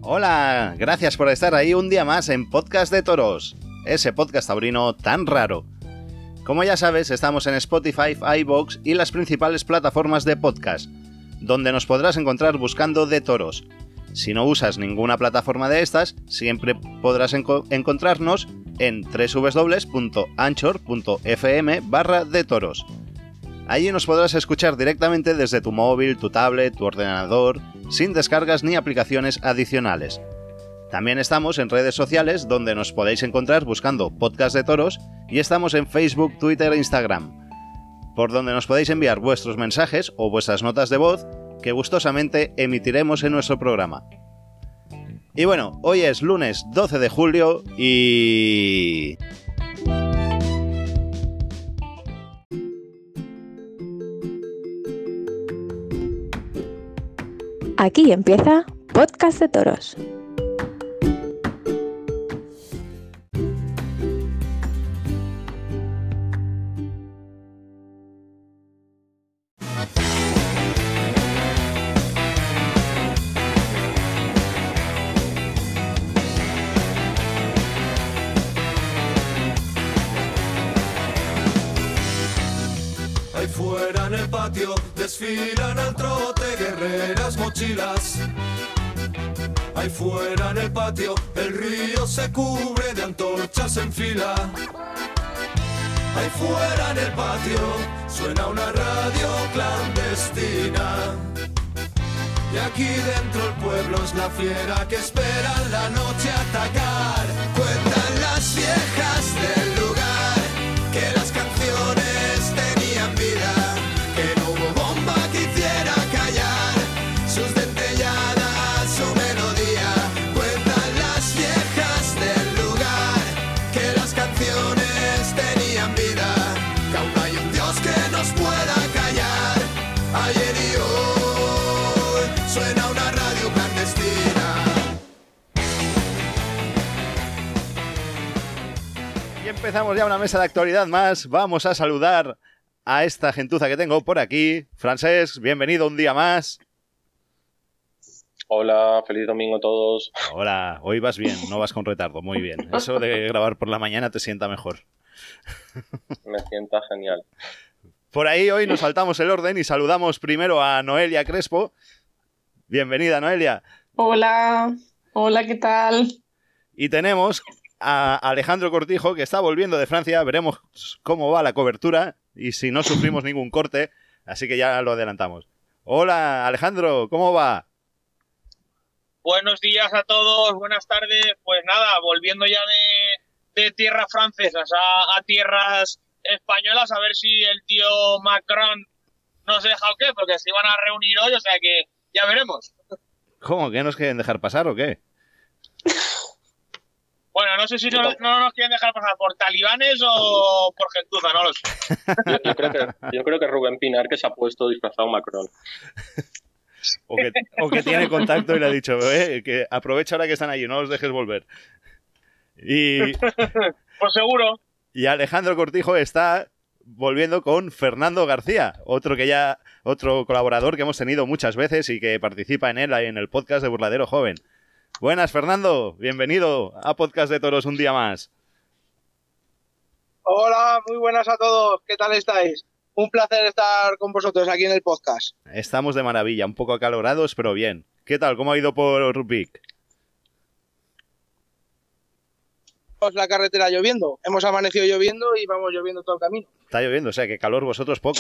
Hola, gracias por estar ahí un día más en Podcast de Toros, ese podcast taurino tan raro. Como ya sabes, estamos en Spotify, iVoox y las principales plataformas de podcast, donde nos podrás encontrar buscando De Toros. Si no usas ninguna plataforma de estas, siempre podrás encontrarnos en www.anchor.fm/detoros. Allí nos podrás escuchar directamente desde tu móvil, tu tablet, tu ordenador, sin descargas ni aplicaciones adicionales. También estamos en redes sociales donde nos podéis encontrar buscando Podcast de Toros y estamos en Facebook, Twitter e Instagram, por donde nos podéis enviar vuestros mensajes o vuestras notas de voz que gustosamente emitiremos en nuestro programa. Y bueno, hoy es lunes 12 de julio y... Aquí empieza Podcast de Toros. Ahí fuera en el patio desfilan al trote guerreras mochilas. Ahí fuera en el patio el río se cubre de antorchas en fila. Ahí fuera en el patio suena una radio clandestina. Y aquí dentro el pueblo es la fiera que espera la noche atacar. Cuentan las viejas del lugar que las canciones tenían vida, que no hubo bomba que hiciera callar sus dentelladas, su melodía. Cuentan las viejas del lugar que las canciones tenían vida, que aún hay un Dios que nos pueda callar. Ayer y hoy suena una radio clandestina. Y empezamos ya una mesa de actualidad más. Vamos a saludar a esta gentuza que tengo por aquí. Francesc, bienvenido un día más. Hola, feliz domingo a todos. Hola, hoy vas bien, no vas con retardo, muy bien. Eso de grabar por la mañana te sienta mejor. Me sienta genial. Por ahí hoy nos saltamos el orden y saludamos primero a Noelia Crespo. Bienvenida, Noelia. Hola, hola, ¿qué tal? Y tenemos a Alejandro Cortijo, que está volviendo de Francia. Veremos cómo va la cobertura y si no sufrimos ningún corte, así que ya lo adelantamos. Hola, Alejandro, ¿cómo va? Buenos días a todos, buenas tardes. Pues nada, volviendo ya de tierras francesas a tierras españolas, a ver si el tío Macron nos deja o qué, porque se iban a reunir hoy, o sea que ya veremos. ¿Cómo? ¿Que nos quieren dejar pasar o qué? Bueno, no sé si no nos quieren dejar pasar por talibanes o por gentuza, no lo sé. Yo creo que Rubén Pinar que se ha puesto disfrazado Macron. O que tiene contacto y le ha dicho, que aprovecha ahora que están allí, no los dejes volver. Y... Pues seguro. Y Alejandro Cortijo está volviendo con Fernando García, otro colaborador que hemos tenido muchas veces y que participa en él en el podcast de Burladero Joven. Buenas, Fernando, bienvenido a Podcast de Toros un día más. Hola, muy buenas a todos, ¿qué tal estáis? Un placer estar con vosotros aquí en el podcast. Estamos de maravilla, un poco acalorados, pero bien. ¿Qué tal? ¿Cómo ha ido por Vic? La carretera lloviendo, hemos amanecido lloviendo y vamos lloviendo todo el camino. Está lloviendo, o sea que calor vosotros poco.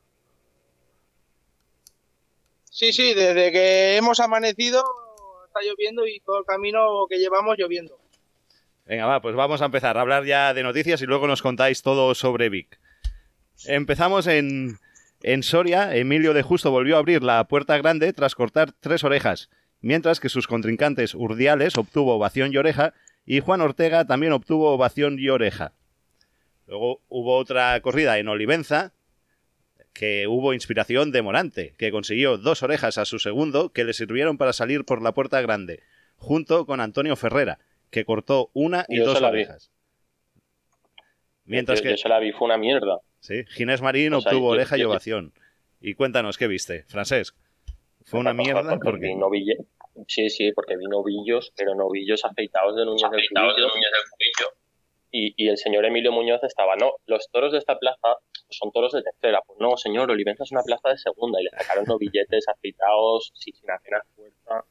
Sí, desde que hemos amanecido está lloviendo y todo el camino que llevamos lloviendo. Venga, va, pues vamos a empezar a hablar ya de noticias y luego nos contáis todo sobre Vic. Empezamos en Soria. Emilio de Justo volvió a abrir la puerta grande tras cortar 3 orejas, mientras que sus contrincantes Urdiales obtuvo ovación y oreja y Juan Ortega también obtuvo ovación y oreja. Luego hubo otra corrida en Olivenza, que hubo inspiración de Morante, que consiguió 2 orejas a su segundo que le sirvieron para salir por la puerta grande, junto con Antonio Ferrera, que cortó 1 y 2 orejas. Mientras que yo se la vi, fue una mierda. Sí, Ginés Marín obtuvo oreja y ovación. Y cuéntanos, ¿qué viste, Francesc? ¿Fue una mierda? Porque no vi Sí, porque vi novillos, pero novillos afeitados de Núñez del Cubillo. Y el señor Emilio Muñoz estaba, no, los toros de esta plaza son toros de tercera. Pues no, señor, Olivenza es una plaza de segunda. Y le sacaron novilletes afeitados, sin apenas fuerza.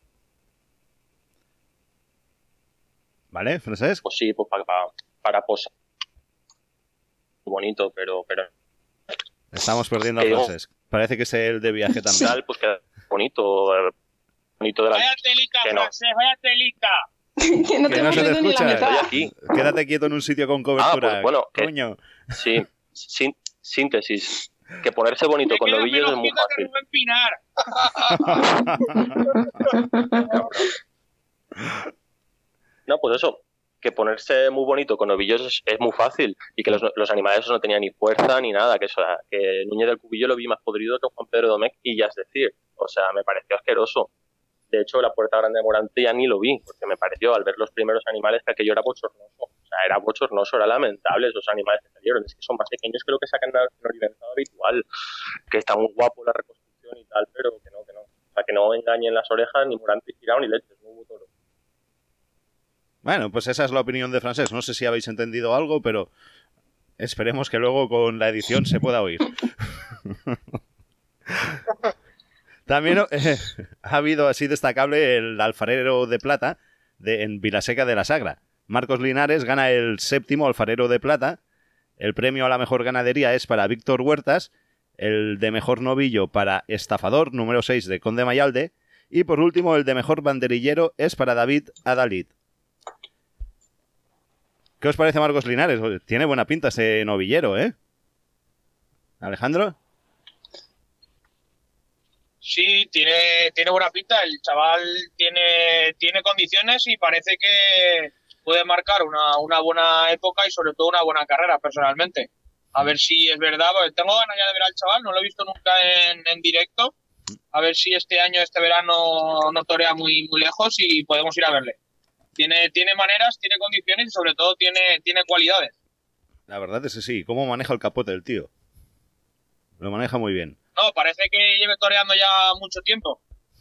¿Vale, Francesc? Pues sí, pues para posar. Bonito, pero... Estamos perdiendo a Francesc. Parece que es el de viaje también. Pues queda bonito de la... Vaya telita, Francesc, vaya telita. Que no Que te no hemos se te oído ni la escucha. mitad. Estoy aquí. Quédate quieto en un sitio con cobertura. Pues bueno, coño. Sí, síntesis. Que ponerse bonito con novillos es muy fácil. No, pues eso, que ponerse muy bonito con novillos es muy fácil y que los animales no tenían ni fuerza ni nada, que Núñez del Cubillo lo vi más podrido que Juan Pedro Domecq y ya es decir, o sea, me pareció asqueroso. De hecho, la Puerta Grande de Morante ya ni lo vi, porque me pareció, al ver los primeros animales, que aquello era bochornoso. O sea, era bochornoso, era lamentable esos animales que salieron. Es que son más pequeños que lo que sacan en el Olivenza habitual, que está muy guapo la reconstrucción y tal, pero que no. O sea, que no engañen las orejas, ni Morante girado, ni leches, no hubo toro. Bueno, pues esa es la opinión de Francesc. No sé si habéis entendido algo, pero esperemos que luego con la edición se pueda oír. También ha habido así destacable el alfarero de plata en Vilaseca de la Sagra. Marcos Linares gana el 7º alfarero de plata. El premio a la mejor ganadería es para Víctor Huertas. El de mejor novillo para Estafador, número 6 de Conde Mayalde. Y por último, el de mejor banderillero es para David Adalid. ¿Qué os parece Marcos Linares? Tiene buena pinta ese novillero, ¿eh? ¿¿Alejandro? Sí, tiene buena pinta. El chaval tiene condiciones y parece que puede marcar una buena época y sobre todo una buena carrera, personalmente. A ver si es verdad, porque tengo ganas ya de ver al chaval, no lo he visto nunca en directo. A ver si este verano no torea muy lejos y podemos ir a verle. Tiene maneras, tiene condiciones y sobre todo tiene cualidades. La verdad es que sí. ¿Cómo maneja el capote el tío? Lo maneja muy bien. No, parece que lleve toreando ya mucho tiempo.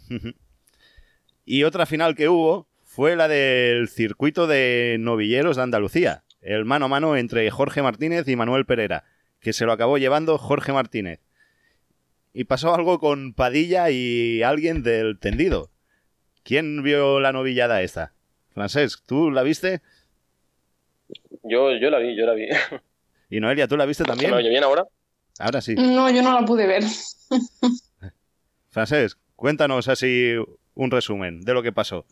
Y otra final que hubo fue la del circuito de novilleros de Andalucía. El mano a mano entre Jorge Martínez y Manuel Pereira, que se lo acabó llevando Jorge Martínez. Y pasó algo con Padilla y alguien del tendido. ¿Quién vio la novillada esta? Francesc, ¿tú la viste? Yo la vi. Y Noelia, ¿tú la viste también? ¿Me oye bien ahora? Ahora sí. No, yo no la pude ver. Francesc, cuéntanos así un resumen de lo que pasó.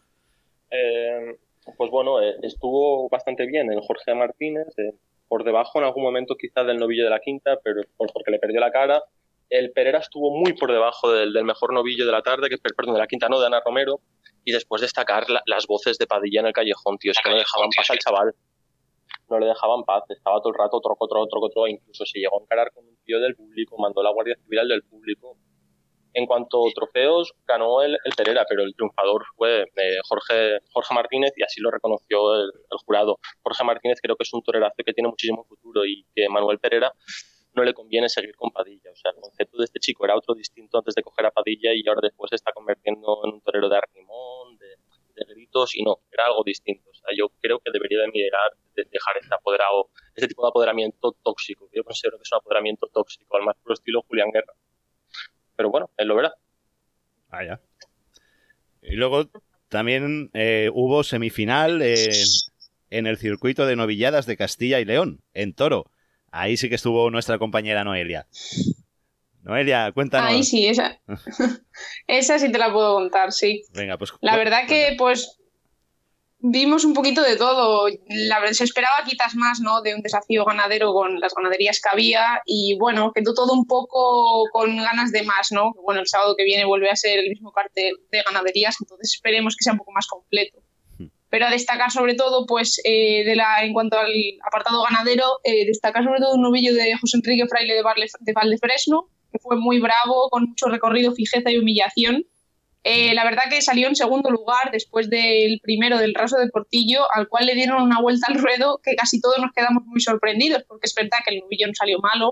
Pues bueno, estuvo bastante bien el Jorge Martínez, por debajo en algún momento quizás del novillo de la quinta, pero porque le perdió la cara. El Pereira estuvo muy por debajo del mejor novillo de la tarde, de la quinta no, de Ana Romero, y después destacar las voces de Padilla en el callejón, tío, es que no dejaban paz al chaval. No le dejaban paz, estaba todo el rato troco, incluso se llegó a encarar con un tío del público, mandó la Guardia Civil al del público. En cuanto a trofeos, ganó el Pereira, pero el triunfador fue Jorge Martínez y así lo reconoció el jurado. Jorge Martínez creo que es un torerazo que tiene muchísimo futuro y que Manuel Pereira no le conviene seguir con Padilla. O sea, el concepto de este chico era otro distinto antes de coger a Padilla y ahora después se está convirtiendo en un torero de arrimón, de gritos, y no, era algo distinto. O sea, yo creo que debería de mirar, de dejar este tipo de apoderamiento tóxico. Yo considero que es un apoderamiento tóxico, al más puro estilo Julián Guerra. Pero bueno, él lo verá. Ah, ya. Y luego también hubo semifinal en el circuito de novilladas de Castilla y León, en Toro. Ahí sí que estuvo nuestra compañera Noelia. Noelia, cuéntanos. Ahí sí, esa. Esa sí te la puedo contar, sí. Venga, pues. La verdad que, pues, vimos un poquito de todo. Se esperaba quizás más, ¿no?, de un desafío ganadero con las ganaderías que había y, bueno, quedó todo un poco con ganas de más, ¿no? Bueno, el sábado que viene vuelve a ser el mismo cartel de ganaderías, entonces esperemos que sea un poco más completo. Pero a destacar sobre todo, pues, en cuanto al apartado ganadero, destacar sobre todo un novillo de José Enrique Fraile de Valdefresno, que fue muy bravo, con mucho recorrido, fijeza y humillación. La verdad que salió en segundo lugar después del primero del Raso de Portillo, al cual le dieron una vuelta al ruedo que casi todos nos quedamos muy sorprendidos, porque es verdad que el novillo no salió malo,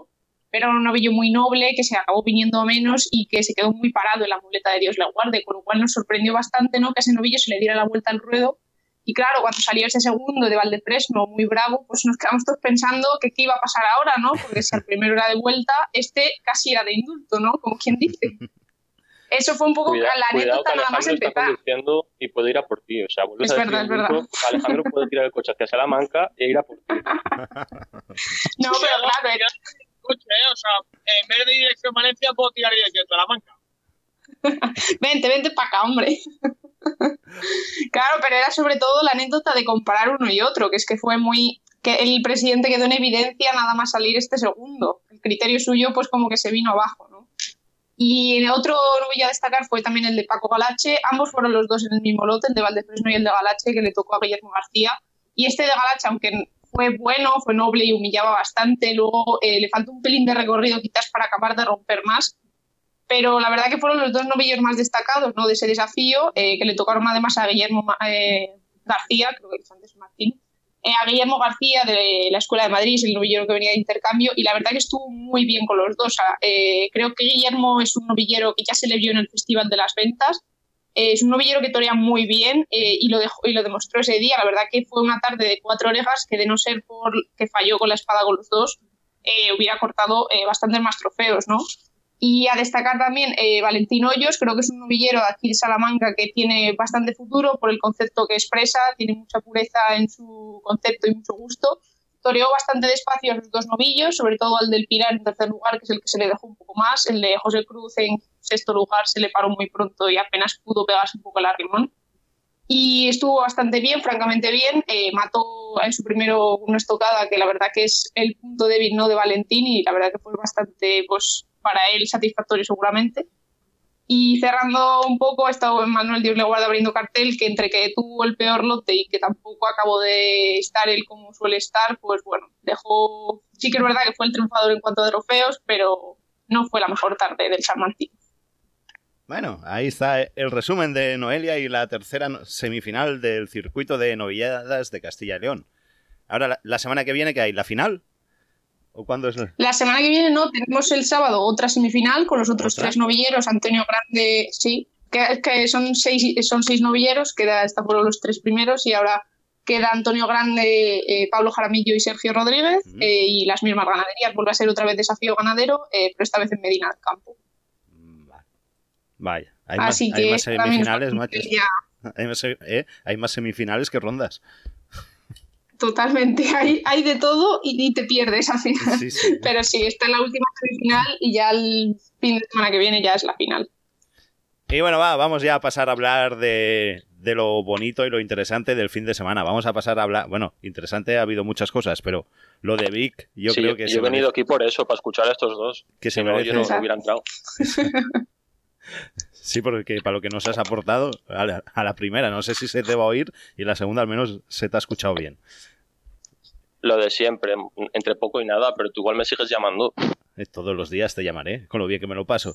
pero era un novillo muy noble que se acabó viniendo a menos y que se quedó muy parado en la muleta de Dios le guarde, con lo cual nos sorprendió bastante, ¿no?, que a ese novillo se le diera la vuelta al ruedo. Y claro, cuando salió ese segundo de Valdefresno, muy bravo, pues nos quedamos todos pensando que qué iba a pasar ahora, ¿no? Porque si el primero era de vuelta, este casi era de indulto, ¿no? Como quien dice. Eso fue un poco la anécdota nada más empezar. Está conduciendo y puede ir a por ti. O sea, vuelves es a verdad, decir es verdad. Alejandro puede tirar el coche hacia Salamanca e ir a por ti. No, pero claro, Escuche, o sea, en vez de dirección Valencia, puedo tirar dirección Salamanca. Vente para acá, hombre. Claro, pero era sobre todo la anécdota de comparar uno y otro, que es que fue muy... que el presidente quedó en evidencia nada más salir este segundo. El criterio suyo pues como que se vino abajo, ¿no? Y el otro novillo a destacar fue también el de Paco Galache. Ambos fueron los dos en el mismo lote, el de Valdefresno y el de Galache, que le tocó a Guillermo García. Y este de Galache, aunque fue bueno, fue noble y humillaba bastante, luego le faltó un pelín de recorrido quizás para acabar de romper más. Pero la verdad que fueron los dos novillos más destacados, ¿no?, de ese desafío, que le tocaron además a Guillermo García, creo que es antes Martín, a Guillermo García de la Escuela de Madrid, el novillero que venía de intercambio, y la verdad que estuvo muy bien con los dos. Creo que Guillermo es un novillero que ya se le vio en el Festival de las Ventas, es un novillero que torea muy bien y lo demostró ese día. La verdad que fue una tarde de 4 orejas que, de no ser por que falló con la espada con los dos, hubiera cortado bastantes más trofeos, ¿no? Y a destacar también Valentín Hoyos, creo que es un novillero de aquí de Salamanca que tiene bastante futuro por el concepto que expresa, tiene mucha pureza en su concepto y mucho gusto. Toreó bastante despacio a los dos novillos, sobre todo al del Pilar en tercer lugar, que es el que se le dejó un poco más. El de José Cruz en sexto lugar se le paró muy pronto y apenas pudo pegarse un poco el arrimón. Y estuvo bastante bien, francamente bien. Mató en su primero una estocada que la verdad que es el punto débil, ¿no?, de Valentín, y la verdad que fue bastante, pues, para él satisfactorio seguramente. Y cerrando un poco, ha estado Manuel Dios le guarda abriendo cartel, que entre que tuvo el peor lote y que tampoco acabó de estar él como suele estar, pues bueno, dejó... Sí que es verdad que fue el triunfador en cuanto a trofeos, pero no fue la mejor tarde del San Martín. Bueno, ahí está el resumen de Noelia y la tercera semifinal del circuito de novilladas de Castilla y León. Ahora, la semana que viene, ¿qué hay? ¿La final? ¿O cuándo es? La semana que viene no, tenemos el sábado otra semifinal con los otros 3 novilleros. Antonio Grande, sí, que son 6 novilleros, está por los 3 primeros, y ahora queda Antonio Grande, Pablo Jaramillo y Sergio Rodríguez, y las mismas ganaderías. Vuelve a ser otra vez desafío ganadero, pero esta vez en Medina del Campo. Vaya, hay más semifinales, machos. Hay más semifinales que rondas. Totalmente, hay de todo y te pierdes al final. Sí. Pero sí, está en la última semifinal y ya el fin de semana que viene ya es la final. Y bueno, vamos ya a pasar a hablar de lo bonito y lo interesante del fin de semana. Vamos a pasar a hablar... Bueno, interesante ha habido muchas cosas, pero lo de Vic, yo creo que... Yo he venido aquí por eso, para escuchar a estos dos. Que se merece... yo no hubiera entrado. Sí, porque para lo que nos has aportado a la primera, no sé si se te va a oír, y la segunda al menos se te ha escuchado bien. Lo de siempre, entre poco y nada, pero tú igual me sigues llamando. Todos los días te llamaré, con lo bien que me lo paso.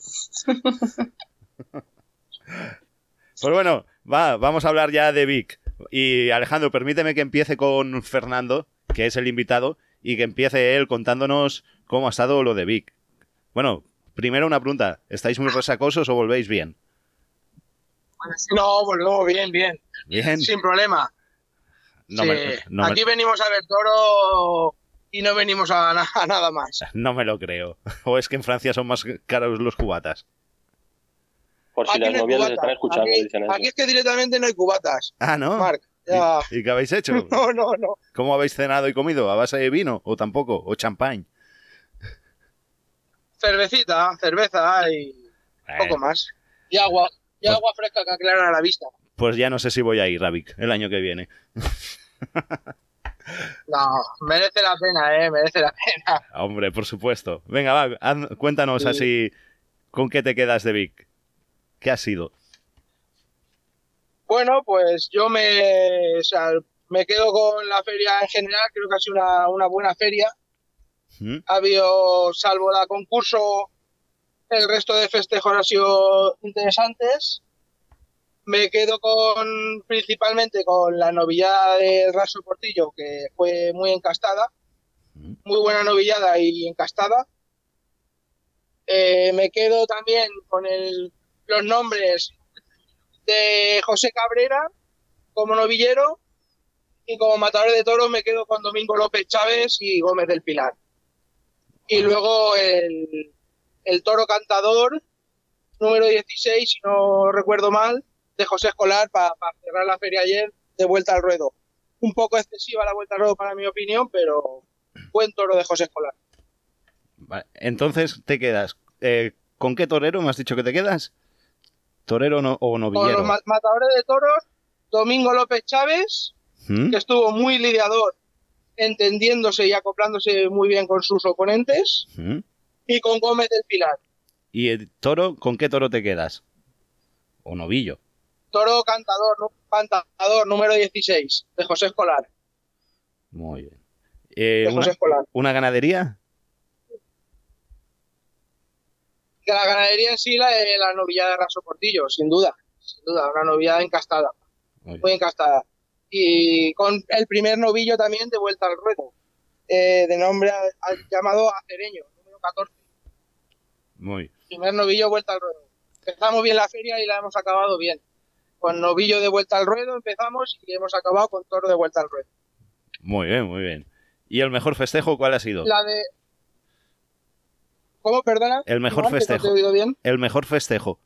Pues bueno, vamos a hablar ya de Vic. Y Alejandro, permíteme que empiece con Fernando, que es el invitado, y que empiece él contándonos cómo ha estado lo de Vic. Bueno, primero una pregunta, ¿estáis muy resacosos o volvéis bien? No, volvemos bien. Bien. Sin problema. Aquí venimos a ver toro y no venimos a nada más. No me lo creo. ¿O es que en Francia son más caros los cubatas? Por si aquí las novias les están escuchando, dicen eso. Aquí es que directamente no hay cubatas. Ah, ¿no? Marc, ya... ¿Y qué habéis hecho? No. ¿Cómo habéis cenado y comido? ¿A base de vino? ¿O tampoco? ¿O champán? Cerveza y poco más. Y agua fresca que aclara la vista. Pues ya no sé si voy a ir, Vic, el año que viene. No, merece la pena, merece la pena. Hombre, por supuesto. Venga, cuéntanos así, ¿con qué te quedas de Vic? ¿Qué ha sido? Bueno, pues yo me quedo con la feria en general, creo que ha sido una buena feria. Ha habido, salvo la concurso, el resto de festejos han sido interesantes. Me quedo principalmente con la novillada del Raso Portillo, que fue muy encastada, muy buena novillada y encastada. Me quedo también con los nombres de José Cabrera como novillero, y como matador de toros me quedo con Domingo López Chávez y Gómez del Pilar. Y luego el toro cantador número 16, si no recuerdo mal, de José Escolar para cerrar la feria ayer, de Vuelta al Ruedo. Un poco excesiva la Vuelta al Ruedo para mi opinión, pero buen toro de José Escolar. Vale. Entonces te quedas. ¿Con qué torero me has dicho que te quedas? ¿Torero o novillero? Con los matadores de toros, Domingo López Chávez, que estuvo muy lidiador, entendiéndose y acoplándose muy bien con sus oponentes, y con Gómez del Pilar. ¿Y el toro, con qué toro te quedas? ¿O novillo? Toro cantador número 16, de José Escolar. Muy bien. De José Escolar. ¿Una ganadería? Que la ganadería en sí, la novillada de Raso Portillo, sin duda, una novillada encastada, muy encastada. Y con el primer novillo también de Vuelta al Ruedo, de nombre llamado Acereño, número 14. Muy. Primer novillo Vuelta al Ruedo. Empezamos bien la feria y la hemos acabado bien. Con novillo de Vuelta al Ruedo empezamos y hemos acabado con toro de Vuelta al Ruedo. Muy bien, muy bien. ¿Y el mejor festejo cuál ha sido? La de... ¿Cómo, perdona? El mejor festejo. ¿No te he oído bien? El mejor festejo.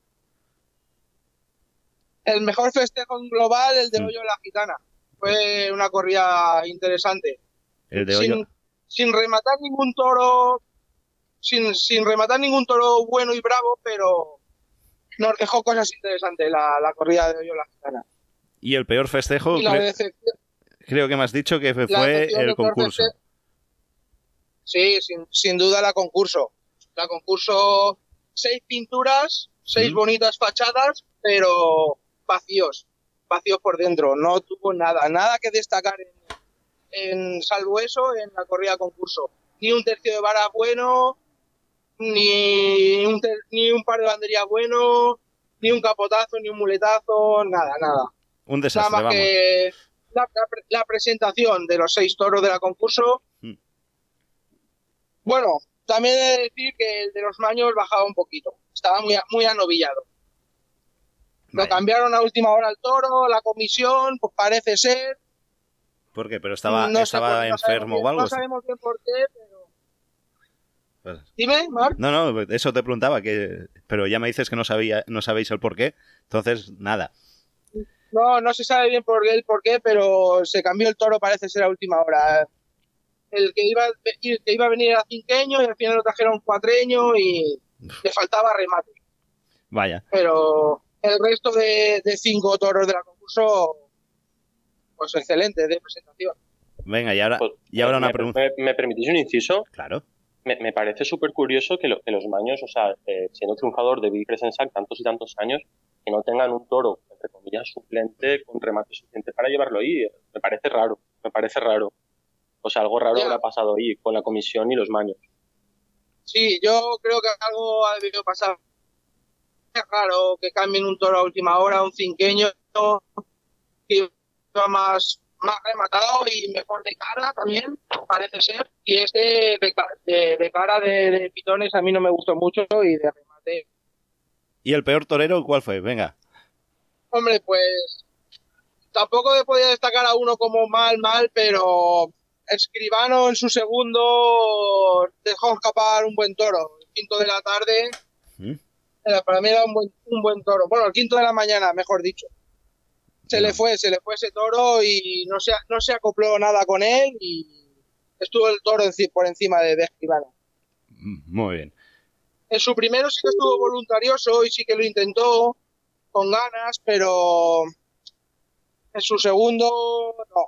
El mejor festejo en global, el de Hoyo de la Gitana. Fue una corrida interesante. El de Hoyo. Sin rematar ningún toro, sin rematar ningún toro bueno y bravo, pero nos dejó cosas interesantes la corrida de Hoyo de la Gitana. Y el peor festejo, y la decepción, creo que me has dicho que fue el concurso. Sí, sin duda la concurso. La concurso, 6 pinturas, 6 bonitas fachadas, pero vacíos por dentro. No tuvo nada que destacar salvo eso en la corrida concurso. Ni un tercio de vara bueno, ni un par de banderías bueno, ni un capotazo, ni un muletazo, nada. Un desastre, nada más vamos. que la presentación de los 6 toros de la concurso. Bueno, también he de decir que el de los Maños bajaba un poquito. Estaba muy anovillado. Lo cambiaron a última hora al toro, la comisión, pues parece ser. ¿Por qué? ¿Pero estaba enfermo o algo? No sabemos bien por qué, pero... Pues... Dime, Marc. No, eso te preguntaba, pero ya me dices que no sabéis el por qué. Entonces, nada. No se sabe bien el por qué, pero se cambió el toro, parece ser a última hora. El que iba a venir era cinqueño y al final lo trajeron cuatreño y le faltaba remate. Vaya. Pero el resto de 5 toros de la concurso, pues excelente de presentación. Venga, y ahora una pregunta. ¿Me permitís un inciso? Claro. Me parece súper curioso que los Maños, o sea, siendo triunfador de Big Presensac tantos y tantos años, que no tengan un toro, entre comillas, suplente con remate suficiente para llevarlo ahí. Me parece raro. O sea, algo raro que ha pasado ahí con la comisión y los Maños. Sí, yo creo que algo ha debido pasar. Es raro que cambien un toro a última hora, un cinqueño que va más rematado y mejor de cara también, parece ser. Y de cara de pitones a mí no me gustó mucho y de remate. ¿Y el peor torero cuál fue? Venga. Hombre, pues tampoco podía destacar a uno como mal, pero... Escribano en su segundo dejó escapar un buen toro. El quinto de la tarde para mí era un buen toro. Bueno, el quinto de la mañana, mejor dicho. Se le fue ese toro y no se acopló nada con él y estuvo el toro por encima de Escribano. Muy bien. En su primero sí que estuvo voluntarioso y sí que lo intentó con ganas, pero en su segundo no.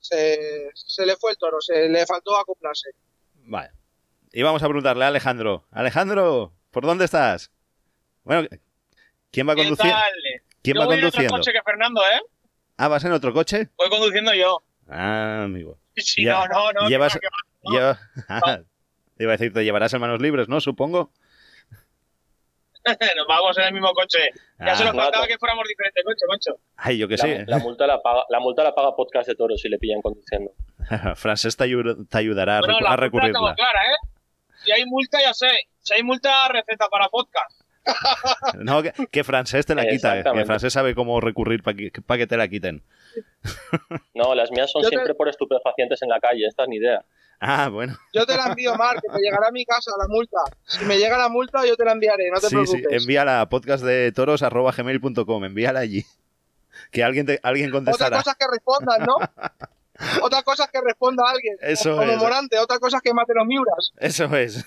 Se le fue el toro, se le faltó acoplarse. Vale. Y vamos a preguntarle a Alejandro. Alejandro, ¿por dónde estás? Bueno, ¿quién va conduciendo? ¿Quién va conduciendo? Voy en otro coche que Fernando, ¿eh? Ah, ¿vas en otro coche? Voy conduciendo yo. Ah, amigo. Sí, no. Llevas... Iba a decir, te llevarás en manos libres, ¿no? Supongo. Nos vamos en el mismo coche. Ya solo faltaba que fuéramos diferentes coches, macho. Ay, yo que sé. La multa la paga Podcast de Toros si le pillan conduciendo. Francés te ayudará a recurrirla. La clara, ¿eh? Si hay multa, ya sé. Si hay multa, receta para podcast. No, que Francés te la quita. Que Francés sabe cómo recurrir para que te la quiten. No, las mías son siempre por estupefacientes en la calle. Esta es ni idea. Ah, bueno. Yo te la envío, Marc, que me llegará a mi casa la multa. Si me llega la multa, yo te la enviaré, no te preocupes. Sí, envíala a podcastdetoros@gmail.com, envíala allí. Que alguien contestará. Otra cosa es que respondan, ¿no? Otra cosa es que responda alguien. Eso como es. Morante, otra cosa es que mate los Miuras. Eso es.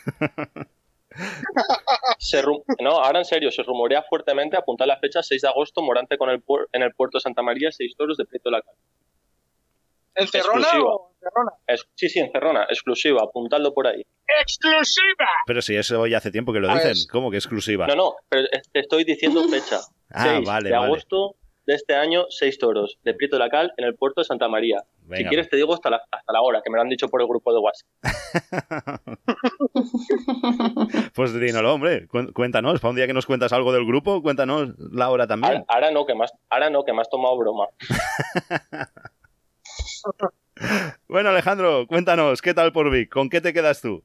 No, ahora en serio, se rumorea fuertemente apuntar la fecha 6 de agosto, Morante en el puerto de Santa María, 6 toros de pleito de la calle. ¿En Cerrona Exclusiva. o en Cerrona? Sí, en Cerrona, exclusiva, apuntadlo por ahí. ¡Exclusiva! Pero si eso ya hace tiempo que lo dicen. ¿Cómo que exclusiva? No, pero te estoy diciendo fecha. 6 vale, de agosto de este año, 6 toros de Prieto de la Cal en el puerto de Santa María. Venga. Si quieres te digo hasta la hora, que me lo han dicho por el grupo de WhatsApp. Pues dínoslo, hombre. Cuéntanos. Para un día que nos cuentas algo del grupo, cuéntanos la hora también. Ahora no, que me has tomado broma. Bueno, Alejandro, cuéntanos, ¿qué tal por Vic? ¿Con qué te quedas tú?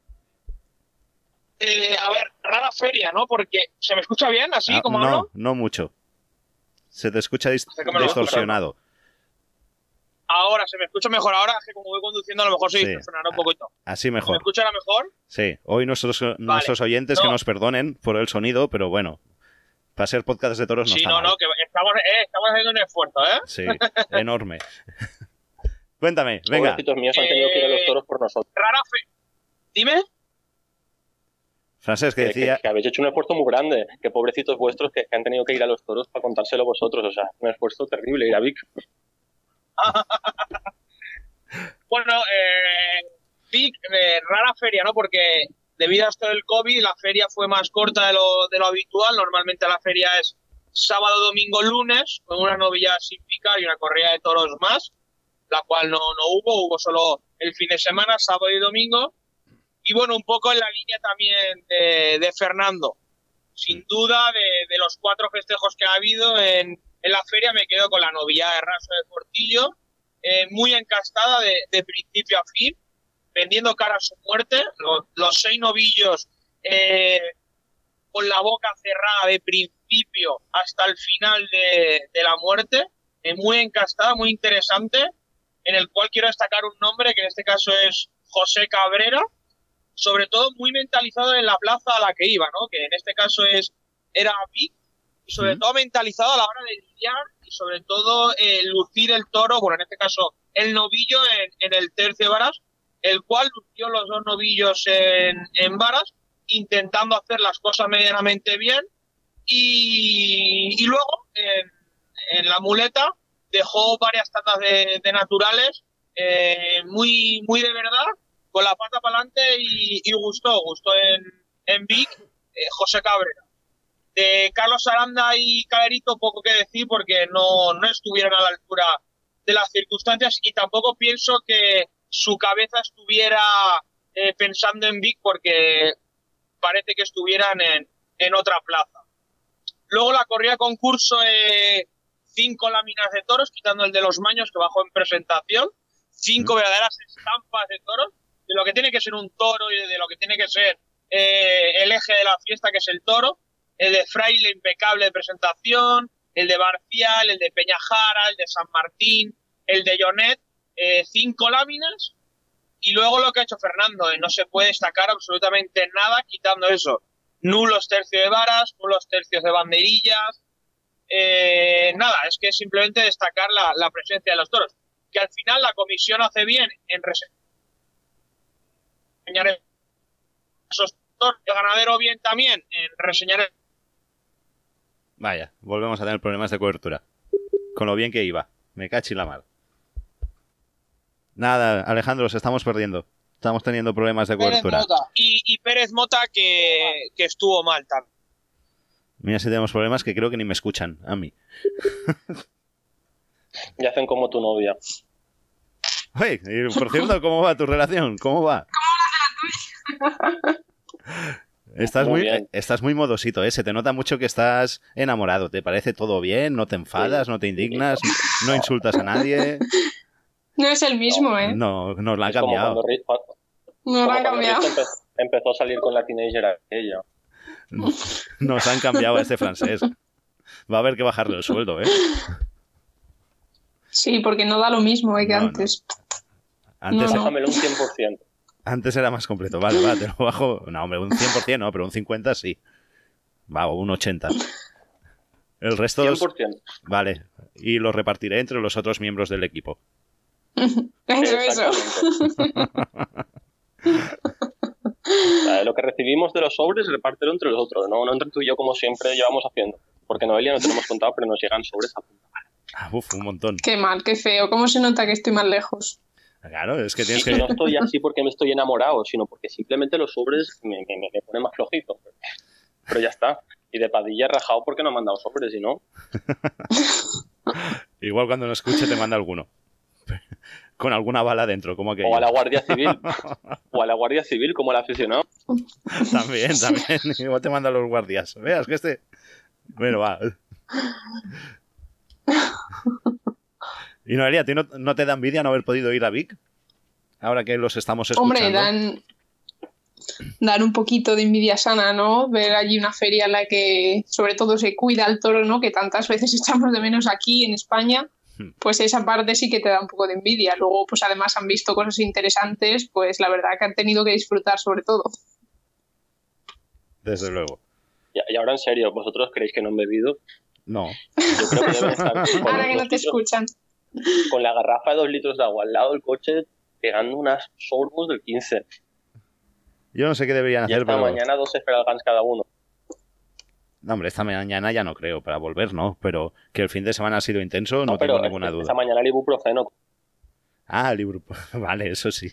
A ver, rara feria, ¿no? Porque ¿se me escucha bien así como hablo? No mucho. Se te escucha que me lo distorsionado. Ahora, se me escucha mejor. Ahora que como voy conduciendo a lo mejor se distorsionará un poquito. Así ¿Se me mejor. escucha ahora mejor? Sí, hoy nuestros oyentes que nos perdonen por el sonido, pero bueno, para ser podcast de toros no está mal. Que estamos haciendo un esfuerzo, ¿eh? Sí, enorme. Cuéntame, venga. Pobrecitos míos han tenido que ir a los toros por nosotros. Rara feria. Dime. Francés, que decía... Que habéis hecho un esfuerzo muy grande. Que pobrecitos vuestros que han tenido que ir a los toros para contárselo vosotros. O sea, un esfuerzo terrible ir a Vic. Bueno, Vic, rara feria, ¿no? Porque debido a esto del COVID, la feria fue más corta de lo habitual. Normalmente la feria es sábado, domingo, lunes, con una novilla sin picar y una corrida de toros más, la cual no hubo solo el fin de semana, sábado y domingo. Y bueno, un poco en la línea también de Fernando. Sin duda, de los 4 festejos que ha habido en la feria, me quedo con la novillada de Raso de Portillo, muy encastada de principio a fin, vendiendo cara a su muerte. Los 6 novillos con la boca cerrada de principio hasta el final de la muerte, muy encastada, muy interesante, en el cual quiero destacar un nombre, que en este caso es José Cabrera, sobre todo muy mentalizado en la plaza a la que iba, ¿no? Que en este caso era Vic, y sobre todo mentalizado a la hora de lidiar y sobre todo lucir el toro, bueno, en este caso el novillo en el tercio de varas, el cual lució los 2 novillos en varas, intentando hacer las cosas medianamente bien, y luego en la muleta dejó varias tatas de naturales, muy, muy de verdad, con la pata para adelante, y gustó en Vic, José Cabrera. De Carlos Aranda y Calerito poco que decir, porque no estuvieron a la altura de las circunstancias, y tampoco pienso que su cabeza estuviera pensando en Vic, porque parece que estuvieran en otra plaza. Luego la corrida concurso, 5 láminas de toros, quitando el de los Maños, que bajó en presentación, 5 verdaderas estampas de toros, de lo que tiene que ser un toro y de lo que tiene que ser el eje de la fiesta, que es el toro. El de Fraile, impecable de presentación, el de Barcial, el de Peñajara, el de San Martín, el de Jonet, 5 láminas. Y luego lo que ha hecho Fernando, no se puede destacar absolutamente nada quitando eso. Nulos tercios de varas, nulos tercios de banderillas. Nada, es que simplemente destacar la presencia de los toros. Que al final la comisión hace bien en reseñar esos toros, el ganadero bien también en reseñar. Vaya, volvemos a tener problemas de cobertura. Con lo bien que iba. Me cachi la mar. Nada, Alejandro, los estamos perdiendo. Estamos teniendo problemas de cobertura. Y Pérez Mota, que estuvo mal también. Mira si tenemos problemas que creo que ni me escuchan a mí. Y hacen como tu novia. Oye, por cierto, ¿cómo va tu relación? ¿Cómo va? ¿Cómo va la tuya? Estás muy modosito, ¿eh? Se te nota mucho que estás enamorado. ¿Te parece todo bien? ¿No te enfadas? ¿No te indignas? ¿No insultas a nadie? No es el mismo, ¿eh? No, nos la han cambiado. No la han cambiado. Empezó a salir con la teenager ella. Nos han cambiado a este francés. Va a haber que bajarle el sueldo, ¿eh? Sí, porque no da lo mismo que antes. Antes, Bájamelo un 100%. Antes era más completo. Vale, te lo bajo. No, hombre, un 100% no, pero un 50% sí. Va, un 80%. El resto... 100%. Vale, y lo repartiré entre los otros miembros del equipo. Eso. Lo que recibimos de los sobres, repártelo entre los otros, no entre tú y yo como siempre llevamos haciendo. Porque Noelia no te lo hemos contado, pero nos llegan sobres a punta. Un montón. Qué mal, qué feo. ¿Cómo se nota que estoy más lejos? Claro, es que tienes que... No estoy así porque me estoy enamorado, sino porque simplemente los sobres me ponen más flojito. Pero ya está. Y de Padilla he rajado porque no me han dado sobres, y no. Igual cuando no escuche te manda alguno. Con alguna bala dentro, como que... O a la Guardia Civil. O a la Guardia Civil, como el aficionado. También. Igual te manda los guardias. Veas que este... Bueno, va. Y Noelia, ¿a ti no te da envidia no haber podido ir a Vic? Ahora que los estamos escuchando. Hombre, dan un poquito de envidia sana, ¿no? Ver allí una feria en la que sobre todo se cuida el toro, ¿no? Que tantas veces echamos de menos aquí en España. Pues esa parte sí que te da un poco de envidia. Luego, pues además han visto cosas interesantes, pues la verdad que han tenido que disfrutar sobre todo. Desde luego. Y ahora en serio, ¿vosotros creéis que no han bebido? No. Yo creo que deben estar Ahora que no te escuchan. Con la garrafa de 2 litros de agua al lado del coche, pegando unas sorbos del 15. Yo no sé qué deberían Y hacer, esta pero... mañana 2 Speralgans cada uno. No, hombre, esta mañana ya no creo, para volver no, pero que el fin de semana ha sido intenso, no pero tengo ninguna duda. Esta mañana el ibuprofeno. Ah, el ibuprofeno, vale, eso sí.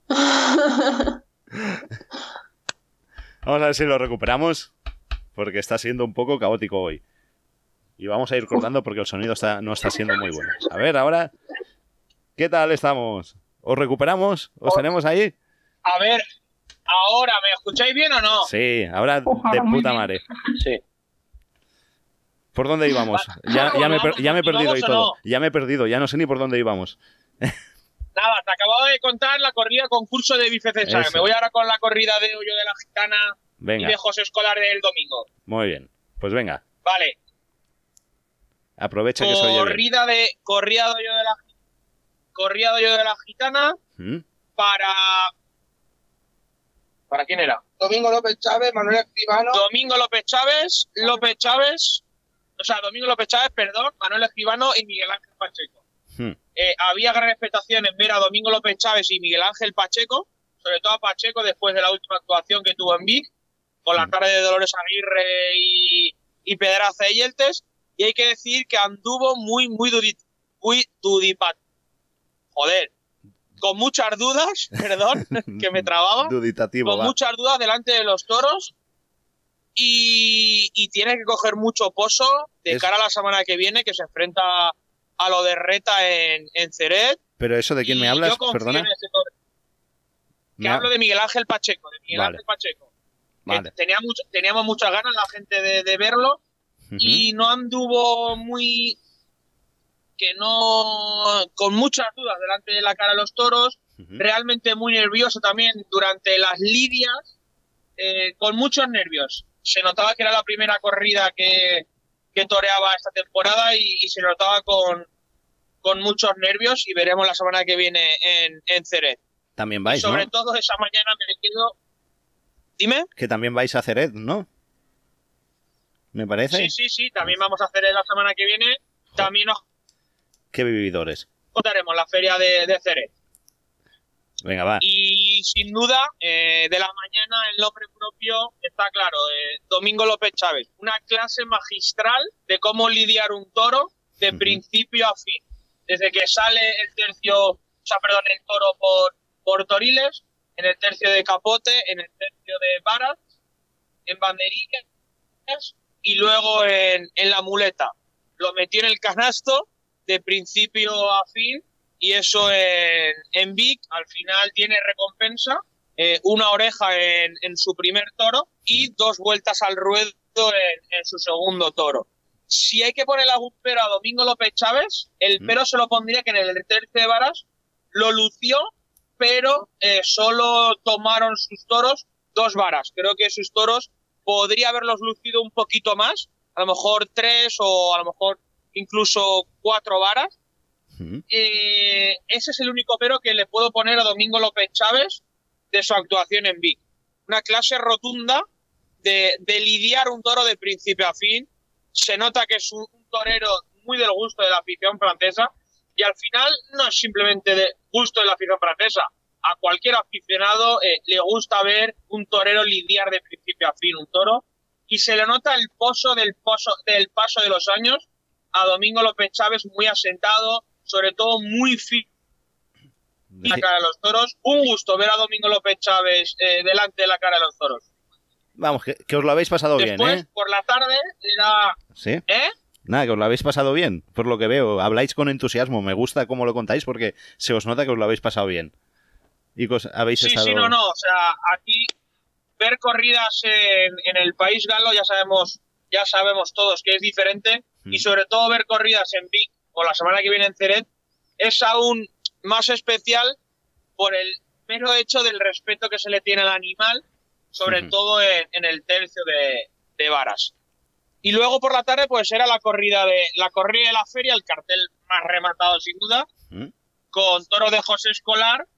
Vamos a ver si lo recuperamos, porque está siendo un poco caótico hoy. Y vamos a ir cortando porque el sonido no está siendo muy bueno. A ver, ahora, ¿qué tal estamos? ¿Os recuperamos? ¿Os tenemos ahí? A ver, ahora, ¿me escucháis bien o no? Sí, ahora de puta madre. Sí. ¿Por dónde íbamos? Ya me he perdido y todo. No? Ya me he perdido, ya no sé ni por dónde íbamos. Nada, te acabo de contar la corrida concurso de Bife César. Eso. Me voy ahora con la corrida de Hoyo de la Gitana Venga. y de José Escolar del domingo. Muy bien, pues venga. Vale. Aprovecha que se oye bien. Corrida de Hoyo de la Gitana ¿Mm? ¿Para quién era? Domingo López Chávez, Manuel Escribano. Domingo López Chávez, Manuel Escribano y Miguel Ángel Pacheco. Había gran expectación en ver a Domingo López Chávez y Miguel Ángel Pacheco, sobre todo a Pacheco después de la última actuación que tuvo en Vic, con la cara de Dolores Aguirre y Pedraza y Yeltes, y hay que decir que anduvo muy dudipat. Joder, con muchas dudas, perdón, que me trababa, Duditativo, con va. muchas dudas delante de los toros, y tiene que coger mucho pozo de cara a la semana que viene, que se enfrenta a lo de Reta en Ceret. ¿Pero eso de quién me Y hablas? yo confío Perdona. en ese toro. Que hablo de Miguel Ángel Pacheco, Vale. Vale. Teníamos muchas ganas la gente de verlo, y no anduvo con muchas dudas delante de la cara de los toros, realmente muy nervioso también durante las lidias, con muchos nervios. Se notaba que era la primera corrida que toreaba esta temporada y se notaba con muchos nervios, y veremos la semana que viene en Ceret. También vais, Sobre ¿no? todo esa mañana me quedo... Dime. Que también vais a Ceret, ¿no? ¿Me parece? Sí, también vamos a hacer la semana que viene. También nos Qué vividores. contaremos la feria de Ceret. Venga, va. Y sin duda, de la mañana el nombre propio está claro, Domingo López Chávez. Una clase magistral de cómo lidiar un toro de principio a fin. Desde que sale el toro por Toriles, en el tercio de capote, en el tercio de varas, en banderillas y luego en la muleta. Lo metió en el canasto de principio a fin, y eso en Vic al final tiene recompensa, una oreja en su primer toro y 2 vueltas al ruedo en su segundo toro. Si hay que poner algún pero a Domingo López Chávez, el pero se lo pondría que en el tercio de varas lo lució, pero solo tomaron sus toros 2 varas. Creo que sus toros podría haberlos lucido un poquito más, a lo mejor 3 o a lo mejor incluso 4 varas. Ese es el único pero que le puedo poner a Domingo López Chávez de su actuación en Vic. Una clase rotunda de lidiar un toro de principio a fin. Se nota que es un torero muy del gusto de la afición francesa y al final no es simplemente de gusto de la afición francesa. A cualquier aficionado le gusta ver un torero lidiar de principio a fin un toro y se le nota el pozo del paso de los años a Domingo López Chávez muy asentado, sobre todo muy firme en la cara de los toros. Un gusto ver a Domingo López Chávez delante de la cara de los toros. Vamos, que os lo habéis pasado Después, bien, ¿eh? por la tarde era... ¿Sí? ¿Eh? Nada, que os lo habéis pasado bien, por lo que veo. Habláis con entusiasmo, me gusta cómo lo contáis porque se os nota que os lo habéis pasado bien. Y que habéis estado... Sí, no, o sea, aquí ver corridas en el país galo ya sabemos todos que es diferente y sobre todo ver corridas en Vic o la semana que viene en Ceret es aún más especial por el mero hecho del respeto que se le tiene al animal, sobre todo en el tercio de varas. Y luego por la tarde pues era la corrida de la feria, el cartel más rematado sin duda, con toros de José Escolar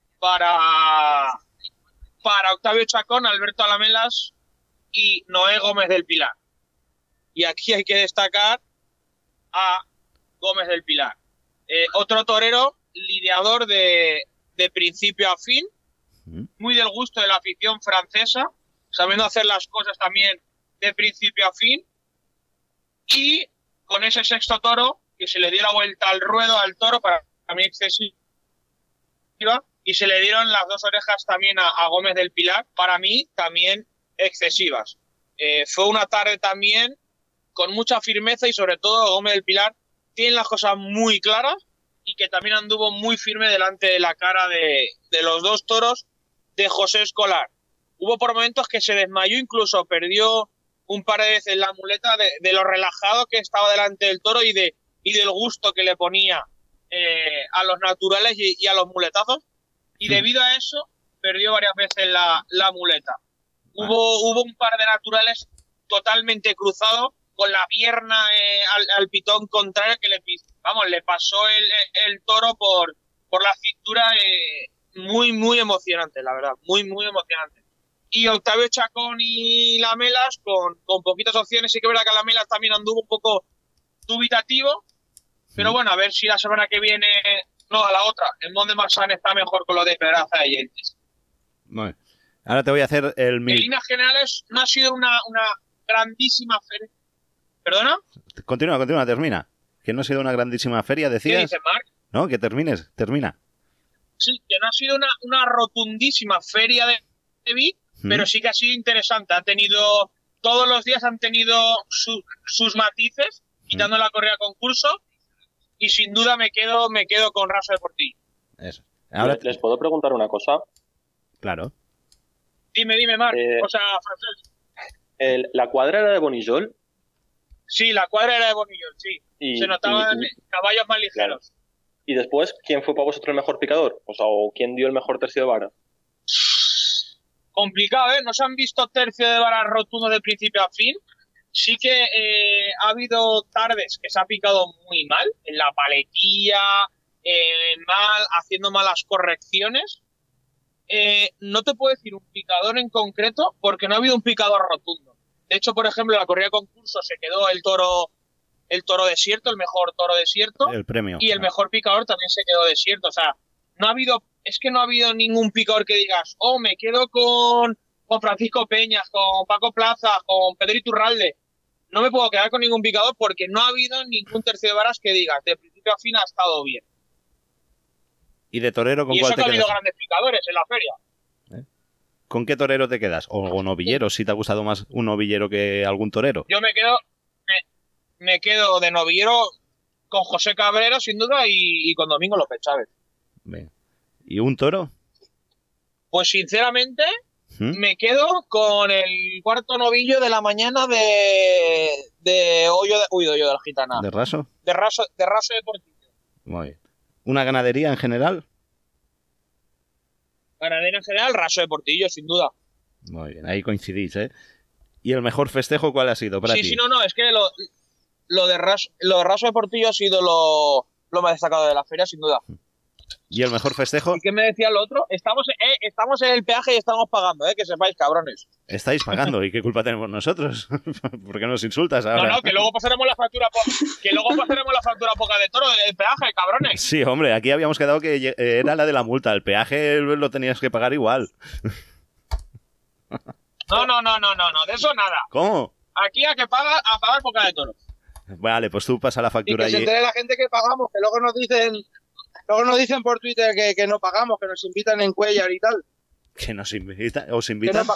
para Octavio Chacón, Alberto Alamelas y Noé Gómez del Pilar. Y aquí hay que destacar a Gómez del Pilar. Otro torero lidiador de principio a fin, muy del gusto de la afición francesa, sabiendo hacer las cosas también de principio a fin, y con ese sexto toro que se le dio la vuelta al ruedo al toro, para mí excesiva, y se le dieron las 2 orejas también a Gómez del Pilar, para mí también excesivas. Fue una tarde también con mucha firmeza y sobre todo Gómez del Pilar tiene las cosas muy claras y que también anduvo muy firme delante de la cara de los 2 toros de José Escolar. Hubo por momentos que se desmayó, incluso perdió un par de veces la muleta de lo relajado que estaba delante del toro y del gusto que le ponía a los naturales y a los muletazos. Y debido a eso perdió varias veces la muleta. Hubo un par de naturales totalmente cruzados con la pierna al pitón contrario que le pasó el toro por la cintura, muy, muy emocionante, la verdad, muy, muy emocionante. Y Octavio Chacón y Lamelas con poquitas opciones, sí que es verdad que Lamelas también anduvo un poco dubitativo, pero bueno, a ver si la semana que viene, no, a la otra, en Mont de Marsan está mejor con lo de Pedraza y Yeltes. Bueno, ahora te voy a hacer el... En líneas generales no ha sido una grandísima feria. ¿Perdona? Continúa, termina. Que no ha sido una grandísima feria, decías. ¿Qué dice Marc? No, que termina. Sí, que no ha sido una rotundísima feria de Vic, pero sí que ha sido interesante. Todos los días han tenido sus matices, quitando la corrida concurso, y sin duda me quedo con Raso de Portillo. Eso. Ahora... ¿Les puedo preguntar una cosa? Claro. Dime, Marc. Francés. ¿La cuadra era de Bonillol? Sí, la cuadra era de Bonillol, sí. Se notaban caballos más ligeros. Claro. Y después, ¿quién fue para vosotros el mejor picador? ¿O quién dio el mejor tercio de vara? Complicado, ¿eh? No se han visto tercio de varas rotundos de principio a fin. Sí que ha habido tardes que se ha picado muy mal, en la paletilla, haciendo malas correcciones. No te puedo decir un picador en concreto porque no ha habido un picador rotundo. De hecho, por ejemplo, en la corrida de concurso se quedó el toro desierto, el mejor toro desierto. El premio. Y el mejor picador también se quedó desierto. O sea, no ha habido ningún picador que digas, me quedo con Francisco Peñas, con Paco Plaza, con Pedro Iturralde. No me puedo quedar con ningún picador porque no ha habido ningún tercio de varas que digas, de principio a fin ha estado bien. ¿Y de torero con cuál te quedas? Y eso que ha habido grandes picadores en la feria. ¿Con qué torero te quedas? O novillero, si te ha gustado más un novillero que algún torero. Yo me quedo de novillero con José Cabrera, sin duda, y con Domingo López Chávez. Bien. ¿Y un toro? Pues sinceramente, me quedo con el cuarto novillo de la mañana de Hoyo del Gitana. ¿De Raso? De Raso de Portillo. Muy bien. ¿Una ganadería en general? Ganadería en general, Raso de Portillo, sin duda. Muy bien, ahí coincidís, ¿eh? ¿Y el mejor festejo cuál ha sido para ti? Sí, no, es que lo de Raso de Portillo ha sido lo más destacado de la feria, sin duda. ¿Y el mejor festejo? ¿Y qué me decía el otro? Estamos en el peaje y estamos pagando, que sepáis, cabrones. Estáis pagando, ¿y qué culpa tenemos nosotros? ¿Por qué nos insultas ahora? No, que luego pasaremos la factura poca de toro del peaje, cabrones. Sí, hombre, aquí habíamos quedado que era la de la multa, el peaje lo tenías que pagar igual. No, de eso nada. ¿Cómo? Aquí hay que pagar poca de toro. Vale, pues tú pasa la factura y que allí. se entere la gente que pagamos, que luego nos dicen por Twitter que no pagamos, que nos invitan en Cuellar y tal. ¿Que nos invitan? ¿Os invitan?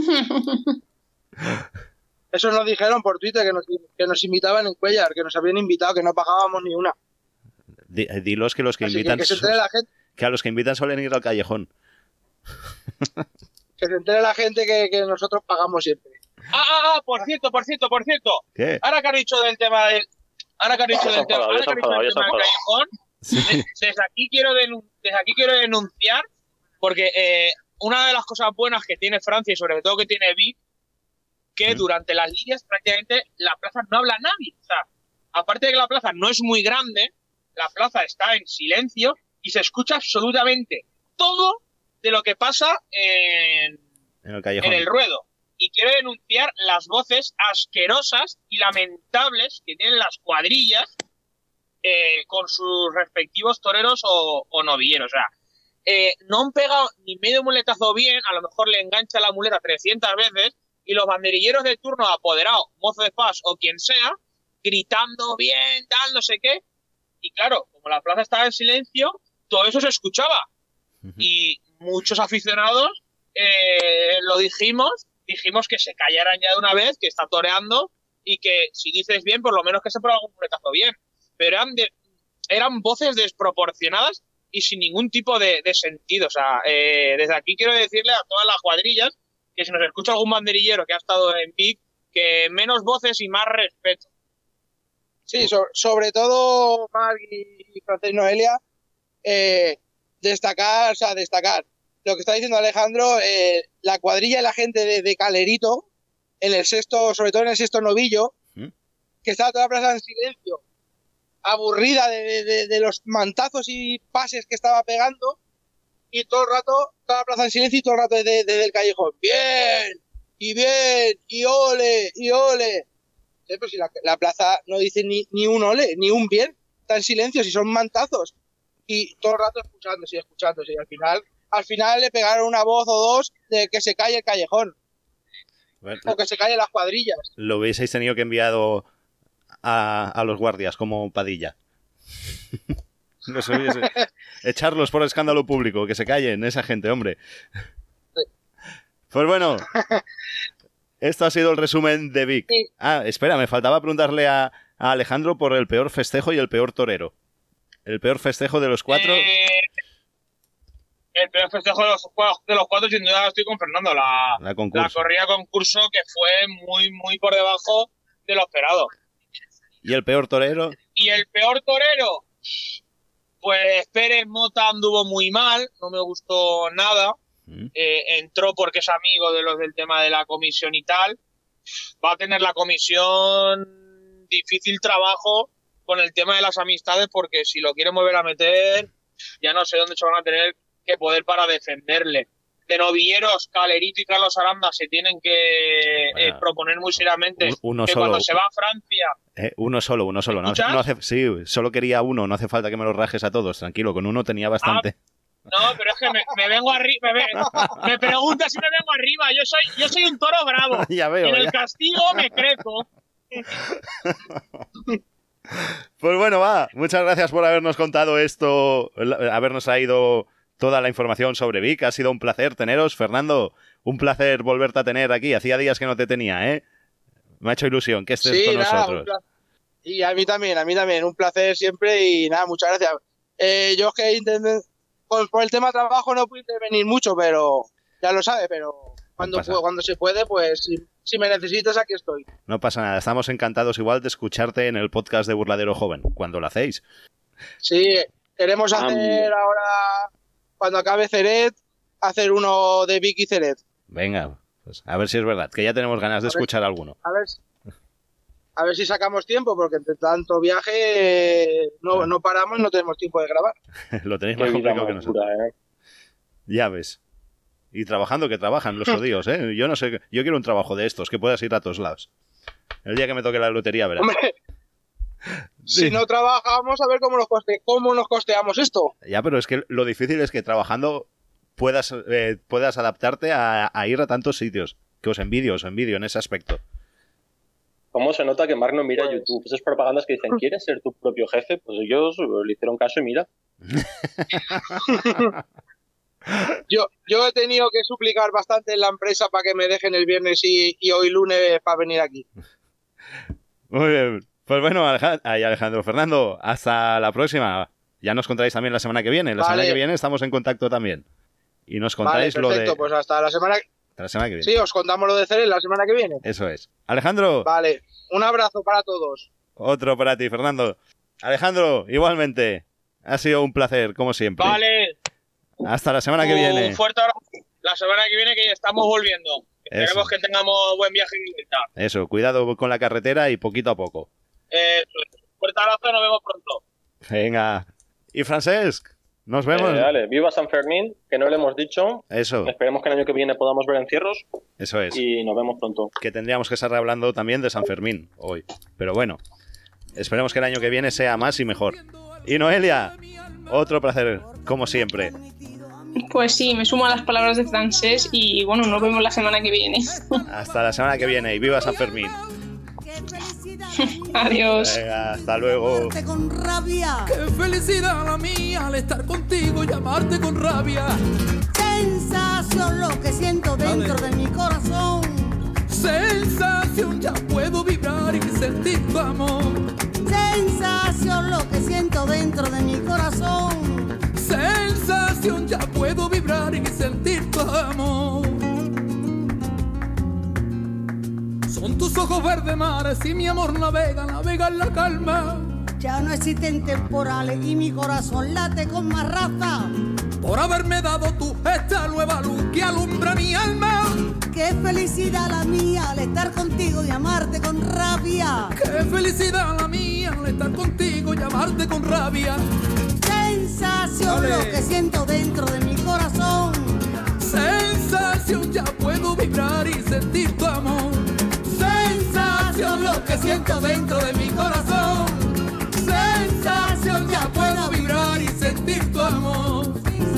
Eso nos dijeron por Twitter, que nos invitaban en Cuellar, que nos habían invitado, que no pagábamos ni una. Dilos que los que Así invitan... que se entere la gente. Que a los que invitan suelen ir al callejón. Que se entere la gente que nosotros pagamos siempre. Por cierto. ¿Qué? Ahora que has dicho del tema del callejón, Sí. desde aquí quiero denunciar, porque una de las cosas buenas que tiene Francia y sobre todo que tiene Vic, que durante las líneas prácticamente la plaza no habla nadie. O sea, aparte de que la plaza no es muy grande, la plaza está en silencio y se escucha absolutamente todo de lo que pasa en el callejón. En el ruedo. Y quiero denunciar las voces asquerosas y lamentables que tienen las cuadrillas con sus respectivos toreros o novilleros. O sea, no han pegado ni medio muletazo bien, a lo mejor le engancha la muleta 300 veces y los banderilleros de turno apoderado, mozo de paz o quien sea, gritando bien, tal, no sé qué. Y claro, como la plaza estaba en silencio, todo eso se escuchaba. Y muchos aficionados lo dijimos que se callaran ya de una vez, que está toreando y que si dices bien, por lo menos que se ponga algún muletazo bien. Pero eran voces desproporcionadas y sin ningún tipo de sentido. O sea, desde aquí quiero decirle a todas las cuadrillas que si nos escucha algún banderillero que ha estado en Vic, que menos voces y más respeto. Sí, sobre todo, Marc y Francés Noelia, destacar. Lo que está diciendo Alejandro, la cuadrilla y la gente de Calerito, en el sexto, sobre todo en el sexto novillo, que estaba toda la plaza en silencio, aburrida de los mantazos y pases que estaba pegando, y todo el rato, toda la plaza en silencio y todo el rato desde el callejón, bien, y ole, y ole. Sí, pero si la plaza no dice ni un ole, ni un bien, está en silencio, si son mantazos, y todo el rato escuchándose, y al final le pegaron una voz o dos de que se calle el callejón. Bueno, o que se callen las cuadrillas. Lo hubieseis tenido que enviado a los guardias como Padilla. Echarlos por escándalo público, que se callen esa gente, hombre. Sí. Pues bueno, esto ha sido el resumen de Vic. Sí. Espera, me faltaba preguntarle a Alejandro por el peor festejo y el peor torero. El peor festejo de los cuatro... El peor festejo de los cuatro, sin duda, estoy con Fernando. La corrida concurso, que fue muy, muy por debajo de lo esperado. ¿Y el peor torero? Y el peor torero, pues Pérez Mota anduvo muy mal, no me gustó nada. Entró porque es amigo de los del tema de la comisión y tal. Va a tener la comisión difícil trabajo con el tema de las amistades, porque si lo quieren volver a meter, ya no sé dónde se van a tener que poder para defenderle. De novilleros, Calerito y Carlos Aranda se tienen que proponer muy seriamente uno que solo. Cuando se va a Francia... Uno solo. No hace, sí, solo quería uno, no hace falta que me los rajes a todos, tranquilo, con uno tenía bastante. No, pero es que me vengo arriba, me pregunta si me vengo arriba, yo soy un toro bravo. Ya veo, en el castigo me crepo. Pues bueno, muchas gracias por habernos contado esto, habernos traído toda la información sobre Vic. Ha sido un placer teneros. Fernando, un placer volverte a tener aquí. Hacía días que no te tenía, ¿eh? Me ha hecho ilusión que estés con nosotros. Y a mí también. Un placer siempre y nada, muchas gracias. Yo es que intenté, por el tema de trabajo no pude intervenir mucho, pero ya lo sabe, pero cuando se puede, pues si me necesitas, aquí estoy. No pasa nada. Estamos encantados igual de escucharte en el podcast de Burladero Joven, cuando lo hacéis. Sí, queremos hacer ahora... Cuando acabe Ceret, hacer uno de Vic y Ceret. Venga, Pues a ver si es verdad, que ya tenemos ganas de escuchar alguno. A ver si sacamos tiempo, porque entre tanto viaje no paramos y no tenemos tiempo de grabar. Lo tenéis más complicado que nosotros. Ya ves. Y trabajando, que trabajan los jodidos, ¿eh? Yo no sé, yo quiero un trabajo de estos, que puedas ir a todos lados. El día que me toque la lotería, verás. Hombre, Sí. si no trabajamos, a ver cómo nos costeamos esto. Ya, pero es que lo difícil es que trabajando puedas adaptarte a ir a tantos sitios. Que os envidio en ese aspecto. ¿Cómo se nota que Mark no mira YouTube? Esas propagandas que dicen, ¿quieres ser tu propio jefe? Pues ellos le hicieron caso y mira. Yo he tenido que suplicar bastante en la empresa para que me dejen el viernes y hoy lunes para venir aquí. Muy bien. Pues bueno, Alejandro, Fernando, hasta la próxima. Ya nos contáis también la semana que viene. La semana que viene estamos en contacto también. Y nos contáis lo de... Perfecto, pues hasta la semana que viene. Sí, os contamos lo de Ceres la semana que viene. Eso es. Alejandro. Vale, un abrazo para todos. Otro para ti, Fernando. Alejandro, igualmente. Ha sido un placer, como siempre. Vale. Hasta la semana que viene. Un fuerte abrazo. La semana que viene que ya estamos volviendo. Esperemos que tengamos buen viaje en vuelta. Eso, cuidado con la carretera y poquito a poco. Fuerte abrazo, nos vemos pronto. Venga. Y Francesc, nos vemos. Dale, viva San Fermín, que no le hemos dicho. Eso. Esperemos que el año que viene podamos ver encierros. Eso es. Y nos vemos pronto. Que tendríamos que estar hablando también de San Fermín hoy. Pero bueno, esperemos que el año que viene sea más y mejor. Y Noelia, otro placer, como siempre. Pues sí, me sumo a las palabras de Francesc y bueno, nos vemos la semana que viene. Hasta la semana que viene y viva San Fermín. Adiós. Venga, hasta luego. Con rabia. Qué felicidad la mía al estar contigo y amarte con rabia. Sensación lo que siento dentro de mi corazón. Sensación, ya puedo vibrar y sentir tu amor. Sensación lo que siento dentro de mi corazón. Sensación, ya puedo vibrar y sentir tu amor. Son tus ojos verdes mares y mi amor navega en la calma. Ya no existen temporales y mi corazón late con más raza. Por haberme dado tú esta nueva luz que alumbra mi alma. Qué felicidad la mía al estar contigo y amarte con rabia. Qué felicidad la mía al estar contigo y amarte con rabia. Sensación lo que siento dentro de mi corazón. Sensación, ya puedo vibrar y sentir tu amor. Sensación, lo que siento dentro de mi corazón. Sensación, ya puedo vibrar y sentir tu amor.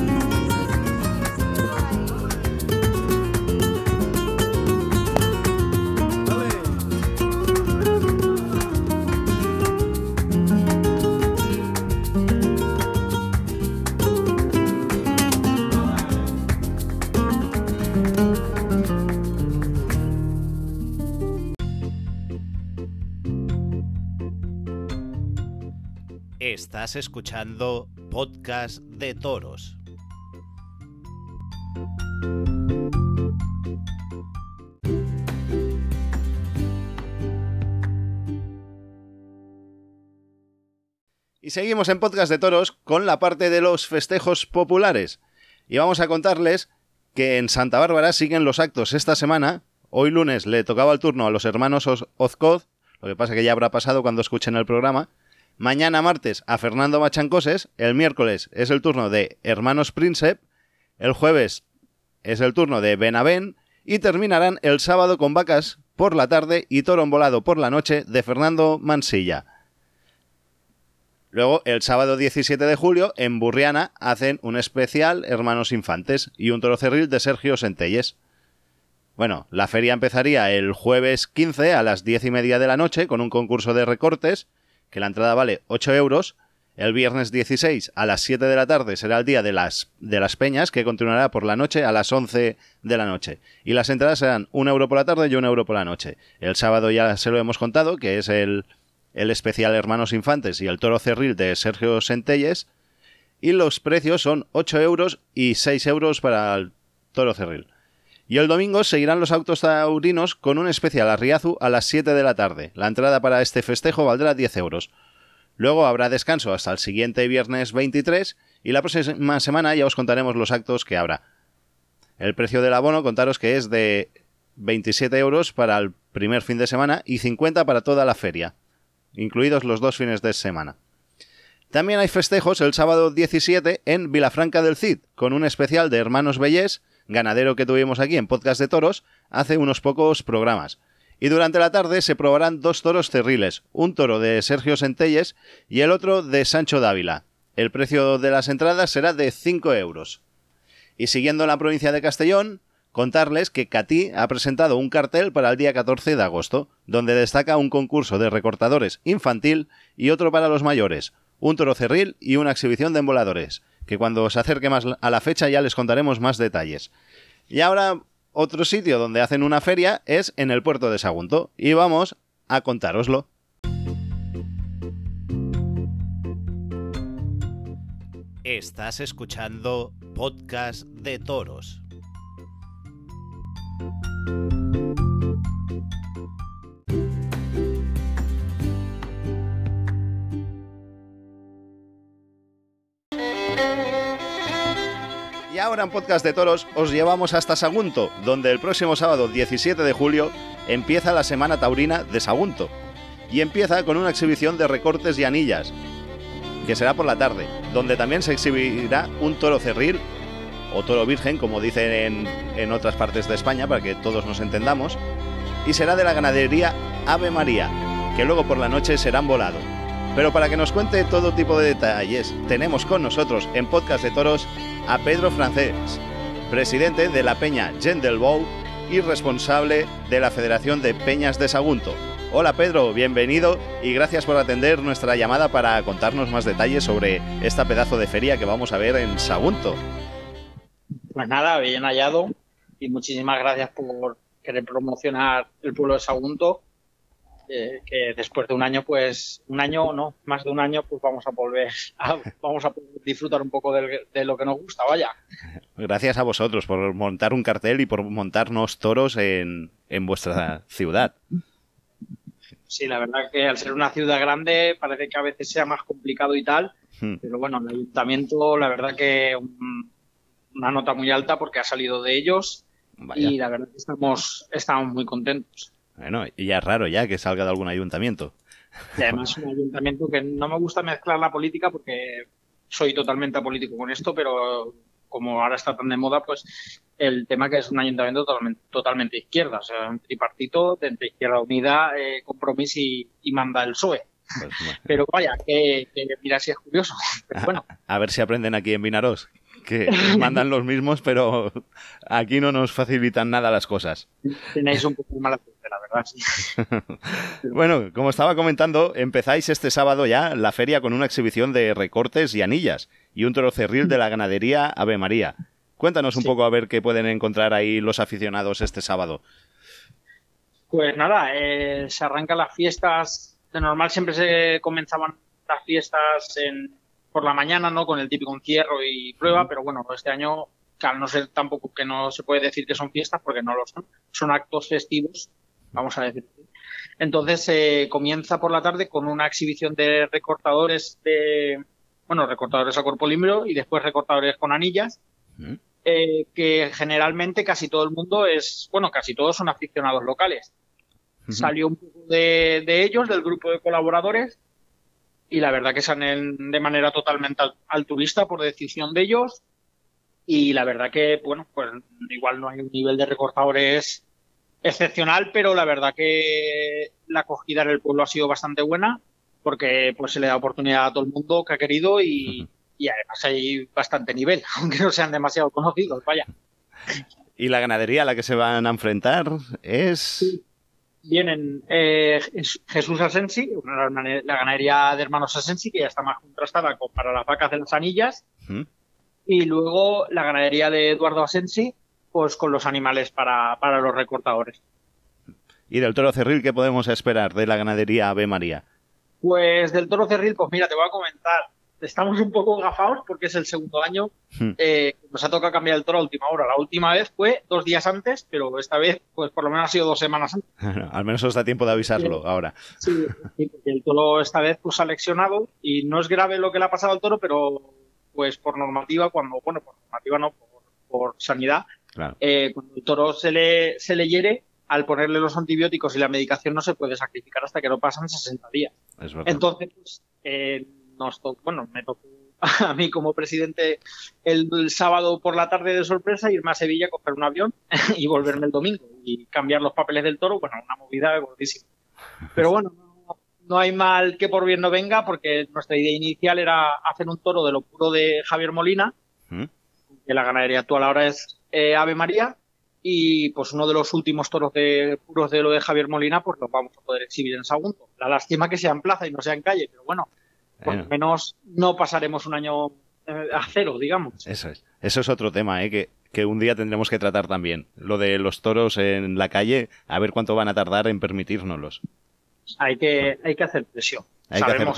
Estás escuchando Podcast de Toros. Y seguimos en Podcast de Toros con la parte de los festejos populares. Y vamos a contarles que en Santa Bárbara siguen los actos esta semana. Hoy lunes le tocaba el turno a los hermanos Ozcoz, lo que pasa que ya habrá pasado cuando escuchen el programa. Mañana martes a Fernando Machancoses, el miércoles es el turno de Hermanos Príncep, el jueves es el turno de Benavén y terminarán el sábado con vacas por la tarde y toro embolado por la noche de Fernando Mansilla. Luego el sábado 17 de julio en Burriana hacen un especial Hermanos Infantes y un toro cerril de Sergio Centelles. Bueno, la feria empezaría el jueves 15 a las 10:30 de la noche con un concurso de recortes, que la entrada vale 8 euros. El viernes 16 a las 7 de la tarde será el día de las peñas, que continuará por la noche a las 11 de la noche. Y las entradas serán 1 euro por la tarde y 1 euro por la noche. El sábado ya se lo hemos contado, que es el especial Hermanos Infantes y el toro cerril de Sergio Centelles. Y los precios son 8 euros y 6 euros para el toro cerril. Y el domingo seguirán los autos taurinos con un especial arriazu a las 7 de la tarde. La entrada para este festejo valdrá 10 euros. Luego habrá descanso hasta el siguiente viernes 23 y la próxima semana ya os contaremos los actos que habrá. El precio del abono, contaros que es de 27 euros para el primer fin de semana y 50 para toda la feria, incluidos los 2 fines de semana. También hay festejos el sábado 17 en Vilafranca del Cid, con un especial de Hermanos Bellés, ganadero que tuvimos aquí en Podcast de Toros, hace unos pocos programas. Y durante la tarde se probarán 2 toros cerriles, un toro de Sergio Centelles y el otro de Sancho Dávila. El precio de las entradas será de 5 euros. Y siguiendo en la provincia de Castellón, contarles que Catí ha presentado un cartel para el día 14 de agosto, donde destaca un concurso de recortadores infantil y otro para los mayores, un toro cerril y una exhibición de emboladores, que cuando se acerque más a la fecha ya les contaremos más detalles. Y ahora, otro sitio donde hacen una feria es en el puerto de Sagunto, y vamos a contároslo. Estás escuchando Podcast de Toros. Y ahora en Podcast de Toros os llevamos hasta Sagunto, donde el próximo sábado 17 de julio empieza la Semana Taurina de Sagunto. Y empieza con una exhibición de recortes y anillas, que será por la tarde, donde también se exhibirá un toro cerril, o toro virgen, como dicen en otras partes de España, para que todos nos entendamos, y será de la ganadería Ave María, que luego por la noche será volado. Pero para que nos cuente todo tipo de detalles, tenemos con nosotros en Podcast de Toros a Pedro Francés, presidente de la Peña Gent del Bou y responsable de la Federación de Peñas de Sagunto. Hola Pedro, bienvenido y gracias por atender nuestra llamada para contarnos más detalles sobre esta pedazo de feria que vamos a ver en Sagunto. Pues nada, bien hallado y muchísimas gracias por querer promocionar el pueblo de Sagunto, que después de un año, pues más de un año, pues vamos a poder disfrutar un poco de lo que nos gusta, vaya. Gracias a vosotros por montar un cartel y por montarnos toros en vuestra ciudad. Sí, la verdad que al ser una ciudad grande parece que a veces sea más complicado y tal, pero bueno, el ayuntamiento, la verdad que una nota muy alta porque ha salido de ellos. Vaya. Y la verdad que estamos muy contentos. Bueno, y ya es raro ya que salga de algún ayuntamiento. Y además un ayuntamiento que no me gusta mezclar la política porque soy totalmente apolítico con esto, pero como ahora está tan de moda, pues el tema que es un ayuntamiento totalmente de izquierda, o sea, un tripartito entre Izquierda Unida, Compromís y manda el PSOE. Pues, bueno. Pero vaya, que mira si es curioso. Pero bueno. A ver si aprenden aquí en Vinarós, que mandan los mismos, pero aquí no nos facilitan nada las cosas. Tenéis un poco de mala suerte, la verdad. Sí. Bueno, como estaba comentando, empezáis este sábado ya la feria con una exhibición de recortes y anillas y un toro cerril de la ganadería Ave María. Cuéntanos un poco a ver qué pueden encontrar ahí los aficionados este sábado. Pues nada, se arrancan las fiestas. De normal siempre se comenzaban las fiestas por la mañana, ¿no? Con el típico encierro y prueba, pero bueno, este año, que al no ser tampoco que no se puede decir que son fiestas, porque no lo son actos festivos, vamos a decir. Entonces comienza por la tarde con una exhibición de recortadores recortadores a cuerpo limpio y después recortadores con anillas, que generalmente casi todo el mundo casi todos son aficionados locales. Salió un poco de ellos, del grupo de colaboradores, y la verdad que salen de manera totalmente altruista por decisión de ellos, y la verdad que, bueno, pues igual no hay un nivel de recortadores excepcional, pero la verdad que la acogida en el pueblo ha sido bastante buena, porque pues se le da oportunidad a todo el mundo que ha querido y además hay bastante nivel, aunque no sean demasiado conocidos, vaya. ¿Y la ganadería a la que se van a enfrentar es...? Sí. Vienen Jesús Asensi, la ganadería de hermanos Asensi, que ya está más contrastada para las vacas de las anillas, y luego la ganadería de Eduardo Asensi, pues con los animales para los recortadores. ¿Y del toro cerril qué podemos esperar de la ganadería Ave María? Pues del toro cerril, pues mira, te voy a comentar. Estamos un poco gafados porque es el segundo año. Nos ha tocado cambiar el toro a última hora. La última vez fue 2 días antes, pero esta vez, pues por lo menos ha sido 2 semanas antes. Bueno, al menos os da tiempo de avisarlo ahora. Sí, porque el toro esta vez pues ha leccionado y no es grave lo que le ha pasado al toro, pero pues por normativa, por normativa no, por sanidad, Claro. Cuando el toro se le hiere, al ponerle los antibióticos y la medicación no se puede sacrificar hasta que no pasan 60 días. Es verdad. Entonces, pues, me tocó a mí como presidente el sábado por la tarde de sorpresa irme a Sevilla, coger un avión y volverme el domingo y cambiar los papeles del toro. Bueno, una movida gordísima. Pero bueno, no hay mal que por bien no venga, porque nuestra idea inicial era hacer un toro de lo puro de Javier Molina, que la ganadería actual ahora es Ave María, y pues uno de los últimos toros puros de lo de Javier Molina, pues los vamos a poder exhibir en Sagunto. La lástima que sea en plaza y no sea en calle, pero bueno, por lo menos no pasaremos un año a cero, digamos. Eso es otro tema, que un día tendremos que tratar también. Lo de los toros en la calle, a ver cuánto van a tardar en permitírnoslos. Hay que hacer presión. Sabemos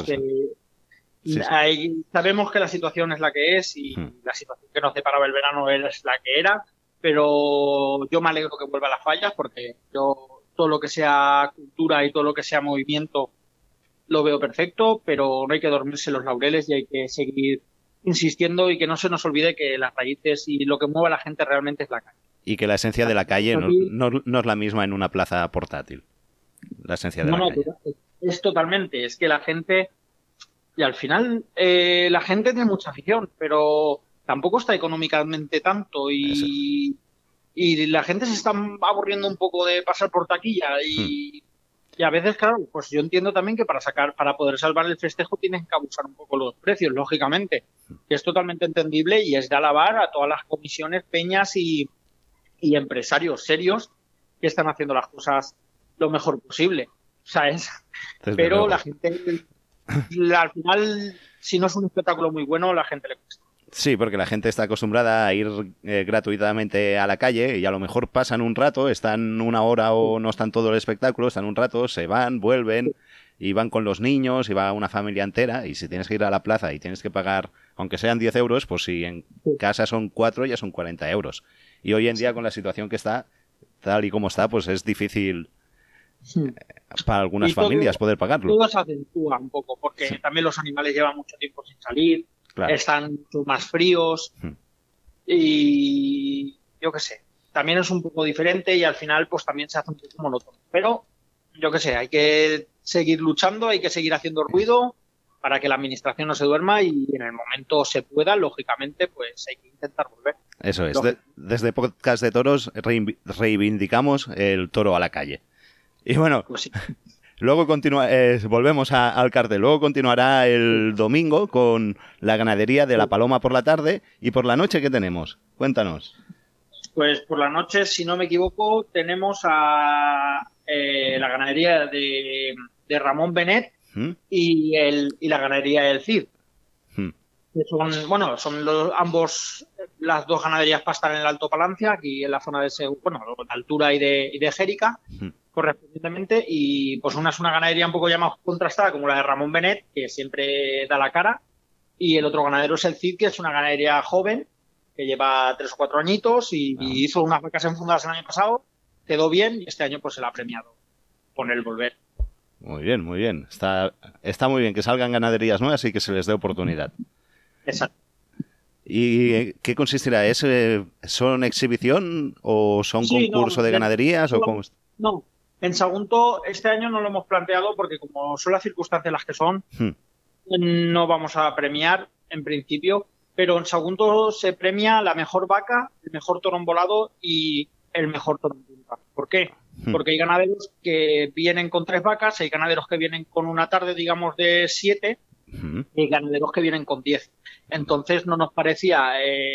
que la situación es la que es y la situación que nos deparaba el verano es la que era, pero yo me alegro que vuelva a las fallas, porque yo todo lo que sea cultura y todo lo que sea movimiento lo veo perfecto, pero no hay que dormirse los laureles y hay que seguir insistiendo y que no se nos olvide que las raíces y lo que mueve a la gente realmente es la calle. Y que la esencia de la calle no es la misma en una plaza portátil. La esencia de la calle. Es totalmente. Es que la gente... Y al final la gente tiene mucha afición, pero tampoco está económicamente tanto y la gente se está aburriendo un poco de pasar por taquilla y a veces, claro, pues yo entiendo también que para poder salvar el festejo tienes que abusar un poco los precios, lógicamente, que es totalmente entendible y es de alabar a todas las comisiones, peñas y empresarios serios que están haciendo las cosas lo mejor posible, ¿sabes? Pero la gente, al final, si no es un espectáculo muy bueno, la gente le cuesta. Sí, porque la gente está acostumbrada a ir gratuitamente a la calle y a lo mejor pasan un rato, están una hora o no están todo el espectáculo, están un rato, se van, vuelven y van con los niños y va una familia entera, y si tienes que ir a la plaza y tienes que pagar, aunque sean 10 euros, pues si en casa son 4 ya son 40 euros. Y hoy en día con la situación que está, tal y como está, pues es difícil para algunas familias poder pagarlo. Todo se acentúa un poco, porque también los animales llevan mucho tiempo sin salir. Claro. Están mucho más fríos y yo qué sé, también es un poco diferente y al final pues también se hace un poco monótono. Pero yo qué sé, hay que seguir luchando, hay que seguir haciendo ruido para que la administración no se duerma y en el momento se pueda, lógicamente, pues hay que intentar volver. Eso es, desde Podcast de Toros reivindicamos el toro a la calle. Y bueno... Pues sí. Luego volvemos al cartel. Luego continuará el domingo con la ganadería de La Paloma por la tarde. ¿Y por la noche qué tenemos? Cuéntanos. Pues por la noche, si no me equivoco, tenemos a la ganadería de Ramón Benet y la ganadería del Cid. Que son las dos ganaderías pastan en el Alto Palancia, aquí en la zona de de altura y de Jérica. Correspondientemente, y pues una es una ganadería un poco ya más contrastada como la de Ramón Benet, que siempre da la cara, y el otro ganadero es el Cid, que es una ganadería joven que lleva 3 o 4 añitos y hizo unas vacas enfundadas el año pasado, quedó bien y este año pues se la ha premiado con el volver. Muy bien, muy bien. Está muy bien que salgan ganaderías nuevas y que se les dé oportunidad. Exacto. ¿Y qué consistirá? ¿Son exhibición o son concurso de ganaderías? ¿O cómo? No. En Sagunto este año no lo hemos planteado porque como son las circunstancias las que son, no vamos a premiar en principio, pero en Sagunto se premia la mejor vaca, el mejor toro volado y el mejor toro en punta. ¿Por qué? Porque hay ganaderos que vienen con 3 vacas, hay ganaderos que vienen con una tarde, digamos, de 7 y hay ganaderos que vienen con 10. Entonces no nos parecía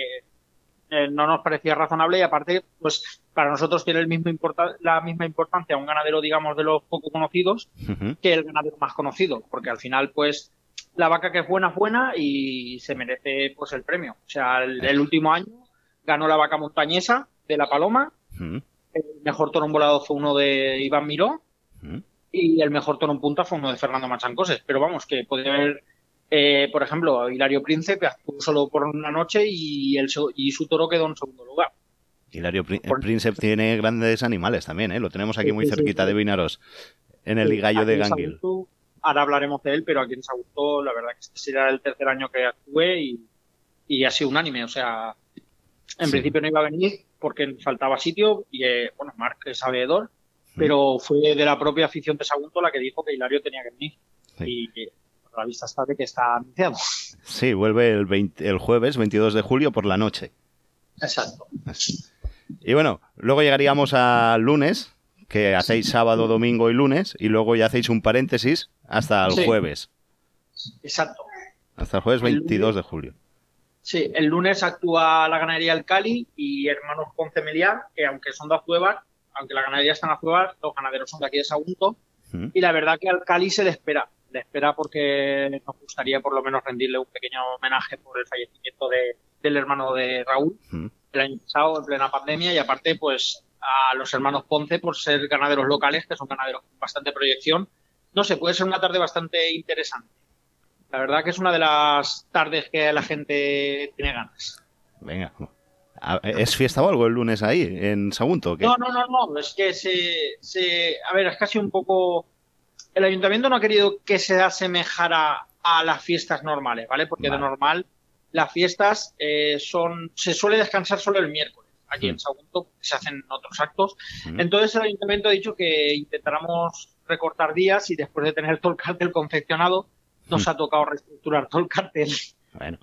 razonable y aparte, pues para nosotros tiene la misma importancia un ganadero, digamos, de los poco conocidos que el ganadero más conocido, porque al final, pues, la vaca que es buena y se merece, pues, el premio. O sea, el último año ganó la vaca montañesa de La Paloma, el mejor toro volado fue uno de Iván Miró y el mejor toro en punta fue uno de Fernando Machancoses. Pero vamos, que puede haber... por ejemplo, Hilario Príncipe actuó solo por una noche y su toro quedó en segundo lugar. Hilario Príncipe tiene grandes animales también, ¿eh? Lo tenemos aquí muy cerquita de Vinaros, en el Ligallo de Ganguil. Ahora hablaremos de él, pero aquí en Sagunto la verdad que este será el tercer año que actúe y ha sido unánime. O sea, en principio no iba a venir porque faltaba sitio y, bueno, Marc es sabedor, pero fue de la propia afición de Sagunto la que dijo que Hilario tenía que venir. Sí. Y por la vista está de que está anunciado. Sí, vuelve el jueves 22 de julio por la noche. Exacto. Y bueno, luego llegaríamos al lunes, que hacéis sábado, domingo y lunes, y luego ya hacéis un paréntesis hasta el jueves. Exacto. Hasta el jueves 22 de julio. Sí, el lunes actúa la ganadería El Cali y Hermanos Ponce Meliá, que aunque son de Azuevar, aunque la ganadería está en Azuevar, los ganaderos son de aquí de Sagunto. Y la verdad que al Cali se le espera. Le espera porque nos gustaría por lo menos rendirle un pequeño homenaje por el fallecimiento del hermano de Raúl el año pasado, en plena pandemia, y aparte pues a los hermanos Ponce por ser ganaderos locales, que son ganaderos con bastante proyección. No sé, puede ser una tarde bastante interesante. La verdad que es una de las tardes que la gente tiene ganas. Venga. ¿Es fiesta o algo el lunes ahí, en Sagunto? No. Es que a ver, es casi un poco... El ayuntamiento no ha querido que se asemejara a las fiestas normales, ¿vale? Porque de normal las fiestas se suele descansar solo el miércoles. Aquí en Sagunto se hacen otros actos. Entonces el ayuntamiento ha dicho que intentáramos recortar días y después de tener todo el cartel confeccionado nos ha tocado reestructurar todo el cartel. Bueno.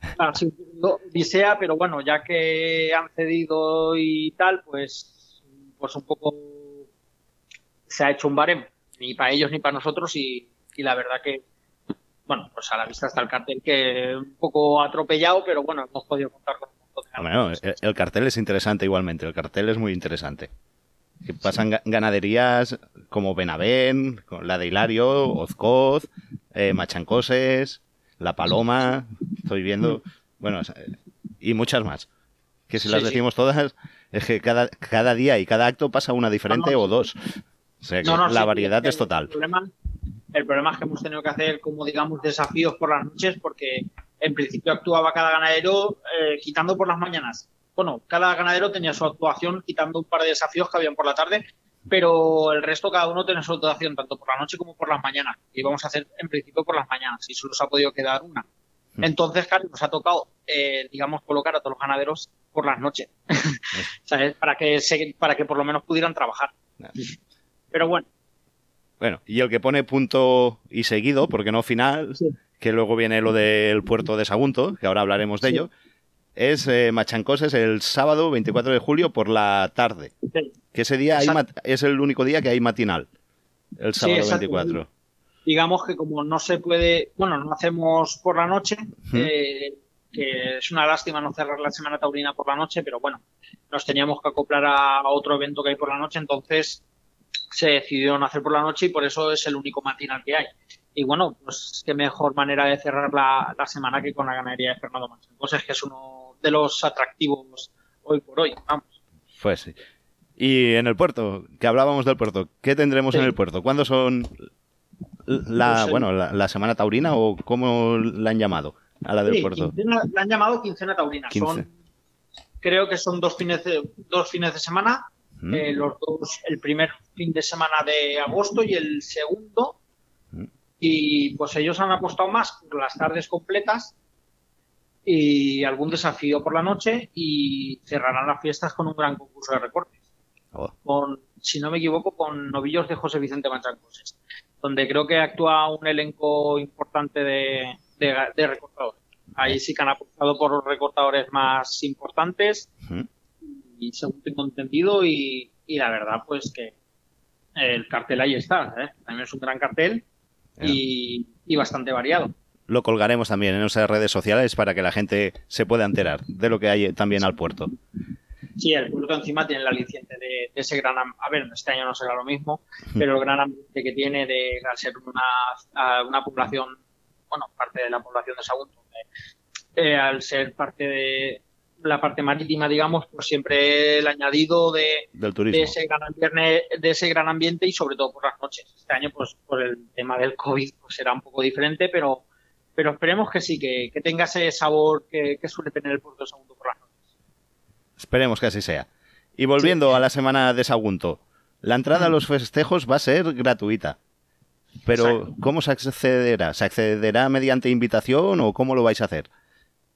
Odisea, pero bueno, ya que han cedido y tal, pues un poco se ha hecho un baremo, ni para ellos ni para nosotros, y la verdad que, bueno, pues a la vista está el cartel, que un poco atropellado, pero bueno, hemos podido contar con un montón de bueno, el cartel es interesante igualmente, el cartel es muy interesante. Que pasan ganaderías como Benavén, la de Hilario, Ozcoz, Machancoses, La Paloma, estoy viendo, bueno, y muchas más. Que si las decimos todas, es que cada día y cada acto pasa una diferente o dos. O sea que la variedad es total. El problema es que hemos tenido que hacer, como digamos, desafíos por las noches, porque en principio actuaba cada ganadero quitando por las mañanas. Bueno, cada ganadero tenía su actuación quitando un par de desafíos que habían por la tarde, pero el resto cada uno tiene su actuación tanto por la noche como por las mañanas. Y vamos a hacer en principio por las mañanas y solo se ha podido quedar una. Entonces, claro, nos ha tocado, digamos, colocar a todos los ganaderos por las noches, ¿sabes? Para que por lo menos pudieran trabajar. Pero bueno. Bueno, y el que pone punto y seguido, porque no final, que luego viene lo del puerto de Sagunto, que ahora hablaremos de ello, es Machancoses el sábado 24 de julio por la tarde. Que ese día es el único día que hay matinal, el sábado 24. Digamos que como no se puede, bueno, no hacemos por la noche, que es una lástima no cerrar la Semana Taurina por la noche, pero bueno, nos teníamos que acoplar a otro evento que hay por la noche, entonces se decidió no hacer por la noche y por eso es el único matinal que hay. Y bueno, pues qué mejor manera de cerrar la semana que con la ganadería de Fernando Machancoses, que es uno de los atractivos hoy por hoy, vamos. Pues sí. Y en el puerto, que hablábamos del puerto, ¿qué tendremos en el puerto? ¿Cuándo son la Semana Taurina o cómo la han llamado a la del puerto? La han llamado Quincena Taurina. Creo que son dos fines de semana, los dos, el primer fin de semana de agosto y el segundo. Y pues ellos han apostado más por las tardes completas y algún desafío por la noche, y cerrarán las fiestas con un gran concurso de recortes. Con, si no me equivoco, con novillos de José Vicente Machancoses, donde creo que actúa un elenco importante de recortadores. Ahí sí que han apostado por los recortadores más importantes, y según tengo entendido, y la verdad pues que el cartel ahí está, también es un gran cartel y bastante variado. Lo colgaremos también en nuestras redes sociales para que la gente se pueda enterar de lo que hay también al puerto. Sí, el puerto encima tiene la aliciente de ese gran... A ver, este año no será lo mismo, pero el gran ambiente que tiene al ser una población, bueno, parte de la población de Sagunto, al ser parte de la parte marítima, digamos, pues siempre el añadido del turismo, de ese gran ambiente, y sobre todo por las noches. Este año, pues por el tema del COVID, pues será un poco diferente, pero esperemos que sí, que tenga ese sabor que suele tener el puerto de Sagunto por las noches. Esperemos que así sea. Y volviendo a la Semana de Sagunto, la entrada a los festejos va a ser gratuita. Pero, ¿cómo se accederá? ¿Se accederá mediante invitación o cómo lo vais a hacer?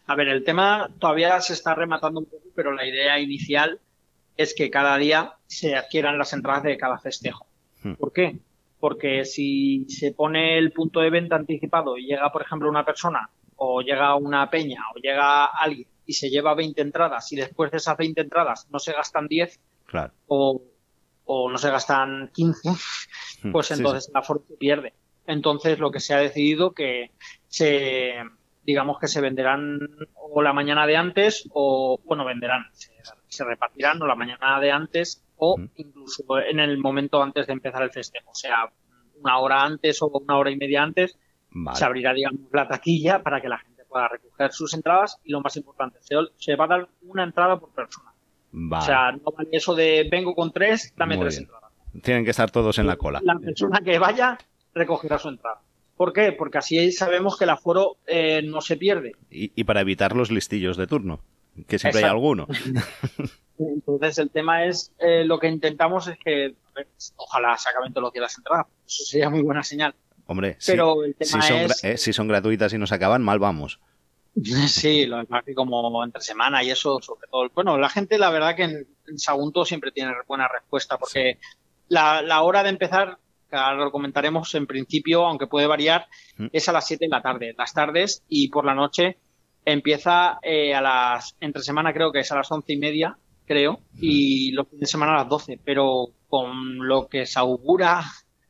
A ver, el tema todavía se está rematando un poco, pero la idea inicial es que cada día se adquieran las entradas de cada festejo. ¿Por qué? Porque si se pone el punto de venta anticipado y llega, por ejemplo, una persona, o llega una peña, o llega alguien y se lleva 20 entradas y después de esas 20 entradas no se gastan 10, claro, o no se gastan 15, pues entonces el aforo se pierde. Entonces lo que se ha decidido que digamos que se venderán o la mañana de antes o, bueno, se repartirán o la mañana de antes o incluso en el momento antes de empezar el festejo, o sea, una hora antes o una hora y media antes, vale, se abrirá, digamos, la taquilla para que la gente pueda recoger sus entradas y lo más importante, se va a dar una entrada por persona. Vale. O sea, no vale eso de vengo con 3, dame 3 entradas. Tienen que estar todos en la cola. La persona que vaya recogerá su entrada. ¿Por qué? Porque así sabemos que el aforo no se pierde. Y para evitar los listillos de turno, que siempre hay alguno. Entonces el tema es, lo que intentamos es que, ojalá se acaben todos los días las entradas. Eso sería muy buena señal. Hombre, pero el tema si son gratuitas y no se acaban, mal vamos. Sí, lo demás que como entre semana y eso, sobre todo. Bueno, la gente, la verdad que en Sagunto siempre tiene buena respuesta, porque la hora de empezar, que ahora lo comentaremos, en principio, aunque puede variar, es a las 7 de la tarde. Las tardes y por la noche empieza entre semana creo que es a las 11:30, creo, y los fines de semana a las 12, pero con lo que se augura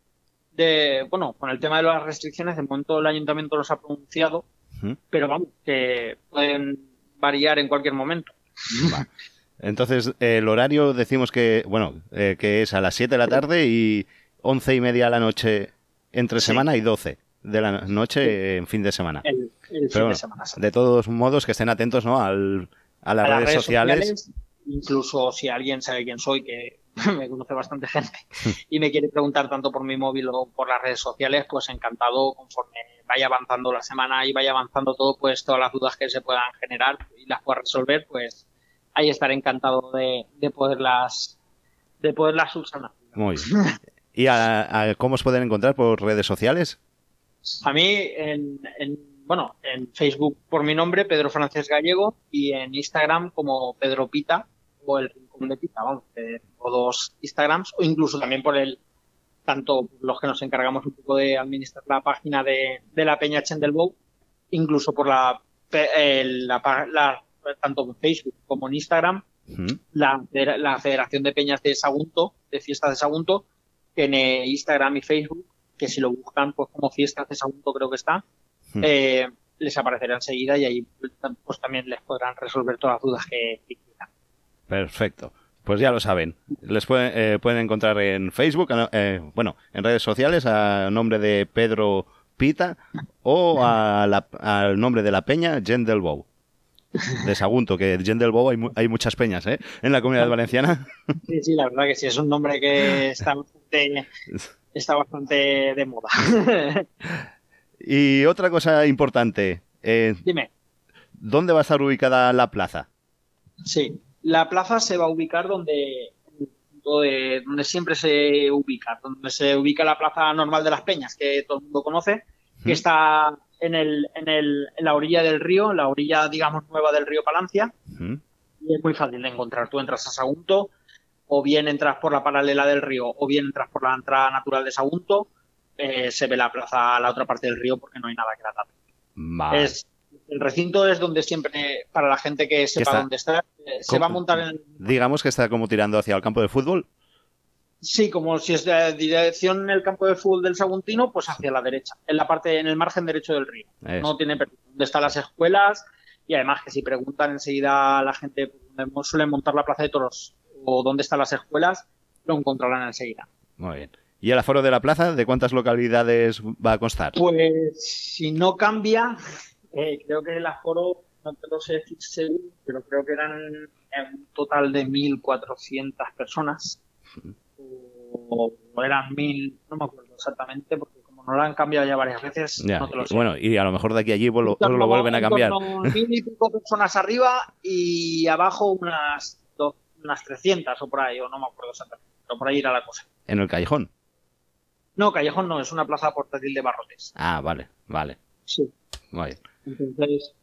con el tema de las restricciones, de momento el ayuntamiento los ha pronunciado, pero vamos, que pueden variar en cualquier momento. Vale. Entonces, el horario decimos que, que es a las 7 de la tarde y 11:30 de la noche entre semana y 12 de la noche en fin de semana. El fin de semana. De todos modos, que estén atentos, ¿no? a las redes sociales. Incluso si alguien sabe quién soy, que me conoce bastante gente, y me quiere preguntar tanto por mi móvil o por las redes sociales, pues encantado, conforme vaya avanzando la semana y vaya avanzando todo, pues todas las dudas que se puedan generar y las pueda resolver, pues ahí estaré encantado de poderlas subsanar. Muy bien. ¿Y cómo os pueden encontrar por redes sociales? A mí en Facebook por mi nombre, Pedro Francés Gallego, y en Instagram como Pedro Pita, o el Rincón de Pita, vamos, o 2 Instagrams, o incluso también tanto los que nos encargamos un poco de administrar la página de la Peña Chendelbow, incluso por tanto en Facebook como en Instagram, la Federación de Peñas de Sagunto, de Fiestas de Sagunto, tiene Instagram y Facebook, que si lo buscan pues como Fiestas de Sagunto creo que está, les aparecerá enseguida y ahí pues también les podrán resolver todas las dudas que quieran. Perfecto. Pues ya lo saben. Les pueden encontrar en Facebook, en redes sociales a nombre de Pedro Pita o al nombre de la peña Chendelbow de Sagunto, que Chendelbow hay muchas peñas, en la Comunidad Valenciana. Sí, la verdad que sí, es un nombre que está bastante de moda. Y otra cosa importante. Dime. ¿Dónde va a estar ubicada la plaza? Sí, la plaza se va a ubicar donde siempre se ubica, donde se ubica la plaza normal de las Peñas, que todo el mundo conoce, que está en la orilla del río, la orilla, digamos, nueva del río Palancia, y es muy fácil de encontrar. Tú entras a Sagunto, o bien entras por la paralela del río, o bien entras por la entrada natural de Sagunto, se ve la plaza a la otra parte del río porque no hay nada que la tape. Vale. El recinto es donde siempre, para la gente que sepa dónde está, se va a montar digamos que está como tirando hacia el campo de fútbol. Sí, como si es de dirección el campo de fútbol del Saguntino, pues hacia la derecha, en el margen derecho del río. Eso. No tiene donde están las escuelas, y además que si preguntan enseguida a la gente dónde suelen montar la plaza de toros o dónde están las escuelas, lo encontrarán enseguida. Muy bien. ¿Y el aforo de la plaza, de cuántas localidades va a constar? Pues si no cambia, creo que el aforo, no te lo sé decir seguro, pero creo que eran un total de 1.400 personas. O eran 1.000, no me acuerdo exactamente, porque como no lo han cambiado ya varias veces, ya, no te lo sé. Bueno, y a lo mejor de aquí a allí lo vuelven a cambiar. 1.000 y pico personas arriba y abajo unas 300 o por ahí, o no me acuerdo exactamente, pero por ahí irá la cosa. ¿En el Callejón? No, Callejón no, es una plaza portátil de barrotes. Ah, vale. Sí. Muy bien. Entonces,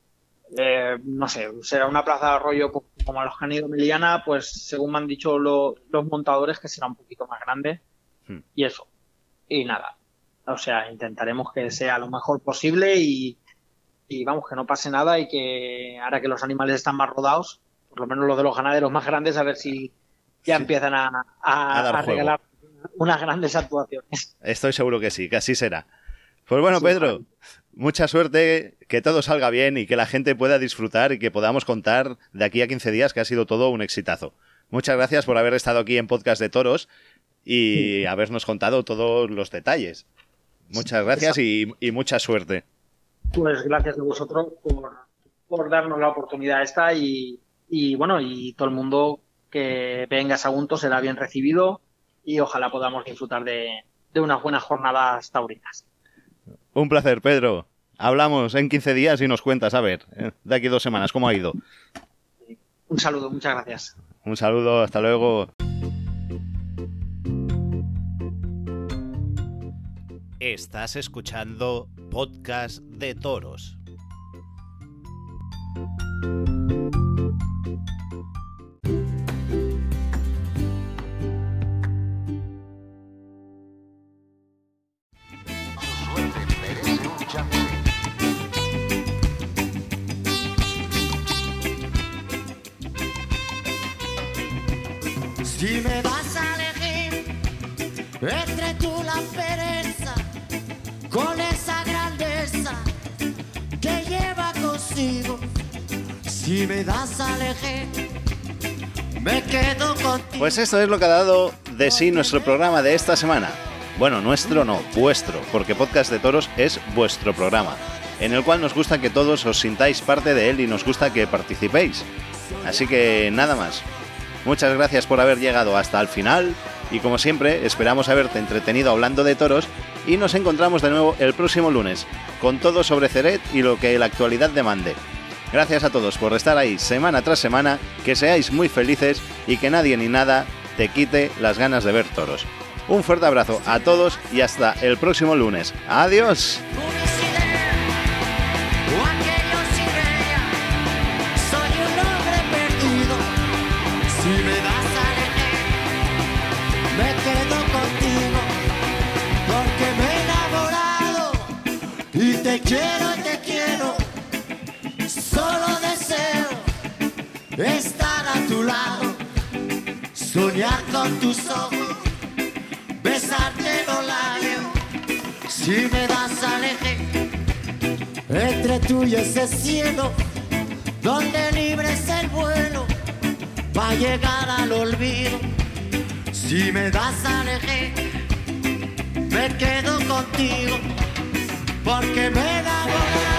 no sé, será una plaza de rollo como los que han ido Meliana, pues según me han dicho los montadores que será un poquito más grande y eso. Y nada, o sea, intentaremos que sea lo mejor posible y vamos, que no pase nada y que ahora que los animales están más rodados, por lo menos los de los ganaderos más grandes, a ver si ya empiezan a regalar unas grandes actuaciones. Estoy seguro que sí, que así será. Pues bueno, sí, Pedro, mucha suerte, que todo salga bien y que la gente pueda disfrutar y que podamos contar de aquí a 15 días que ha sido todo un exitazo. Muchas gracias por haber estado aquí en Podcast de Toros y habernos contado todos los detalles. Muchas gracias y mucha suerte. Pues gracias a vosotros por darnos la oportunidad esta y bueno, y todo el mundo que venga a Sagunto será bien recibido y ojalá podamos disfrutar de unas buenas jornadas taurinas. Un placer, Pedro. Hablamos en 15 días y nos cuentas, a ver, de aquí 2 semanas, ¿cómo ha ido? Un saludo, muchas gracias. Un saludo, hasta luego. Estás escuchando Podcast de Toros. Si me vas a elegir entre tú la pereza con esa grandeza que lleva consigo, si me das a elegir me quedo contigo. Pues esto es lo que ha dado de sí nuestro programa de esta semana. Bueno, nuestro no, vuestro, porque Podcast de Toros es vuestro programa, en el cual nos gusta que todos os sintáis parte de él y nos gusta que participéis. Así que nada más. Muchas gracias por haber llegado hasta el final y como siempre esperamos haberte entretenido hablando de toros y nos encontramos de nuevo el próximo lunes con todo sobre Ceret y lo que la actualidad demande. Gracias a todos por estar ahí semana tras semana, que seáis muy felices y que nadie ni nada te quite las ganas de ver toros. Un fuerte abrazo a todos y hasta el próximo lunes. ¡Adiós! Si me das a elegir, me quedo contigo, porque me he enamorado y te quiero, solo deseo estar a tu lado, soñar con tus ojos, besarte los labios. Si me das a elegir entre tú y ese cielo, donde libre es el vuelo va a llegar al olvido. Si me das a elegir, me quedo contigo, porque me he enamorado.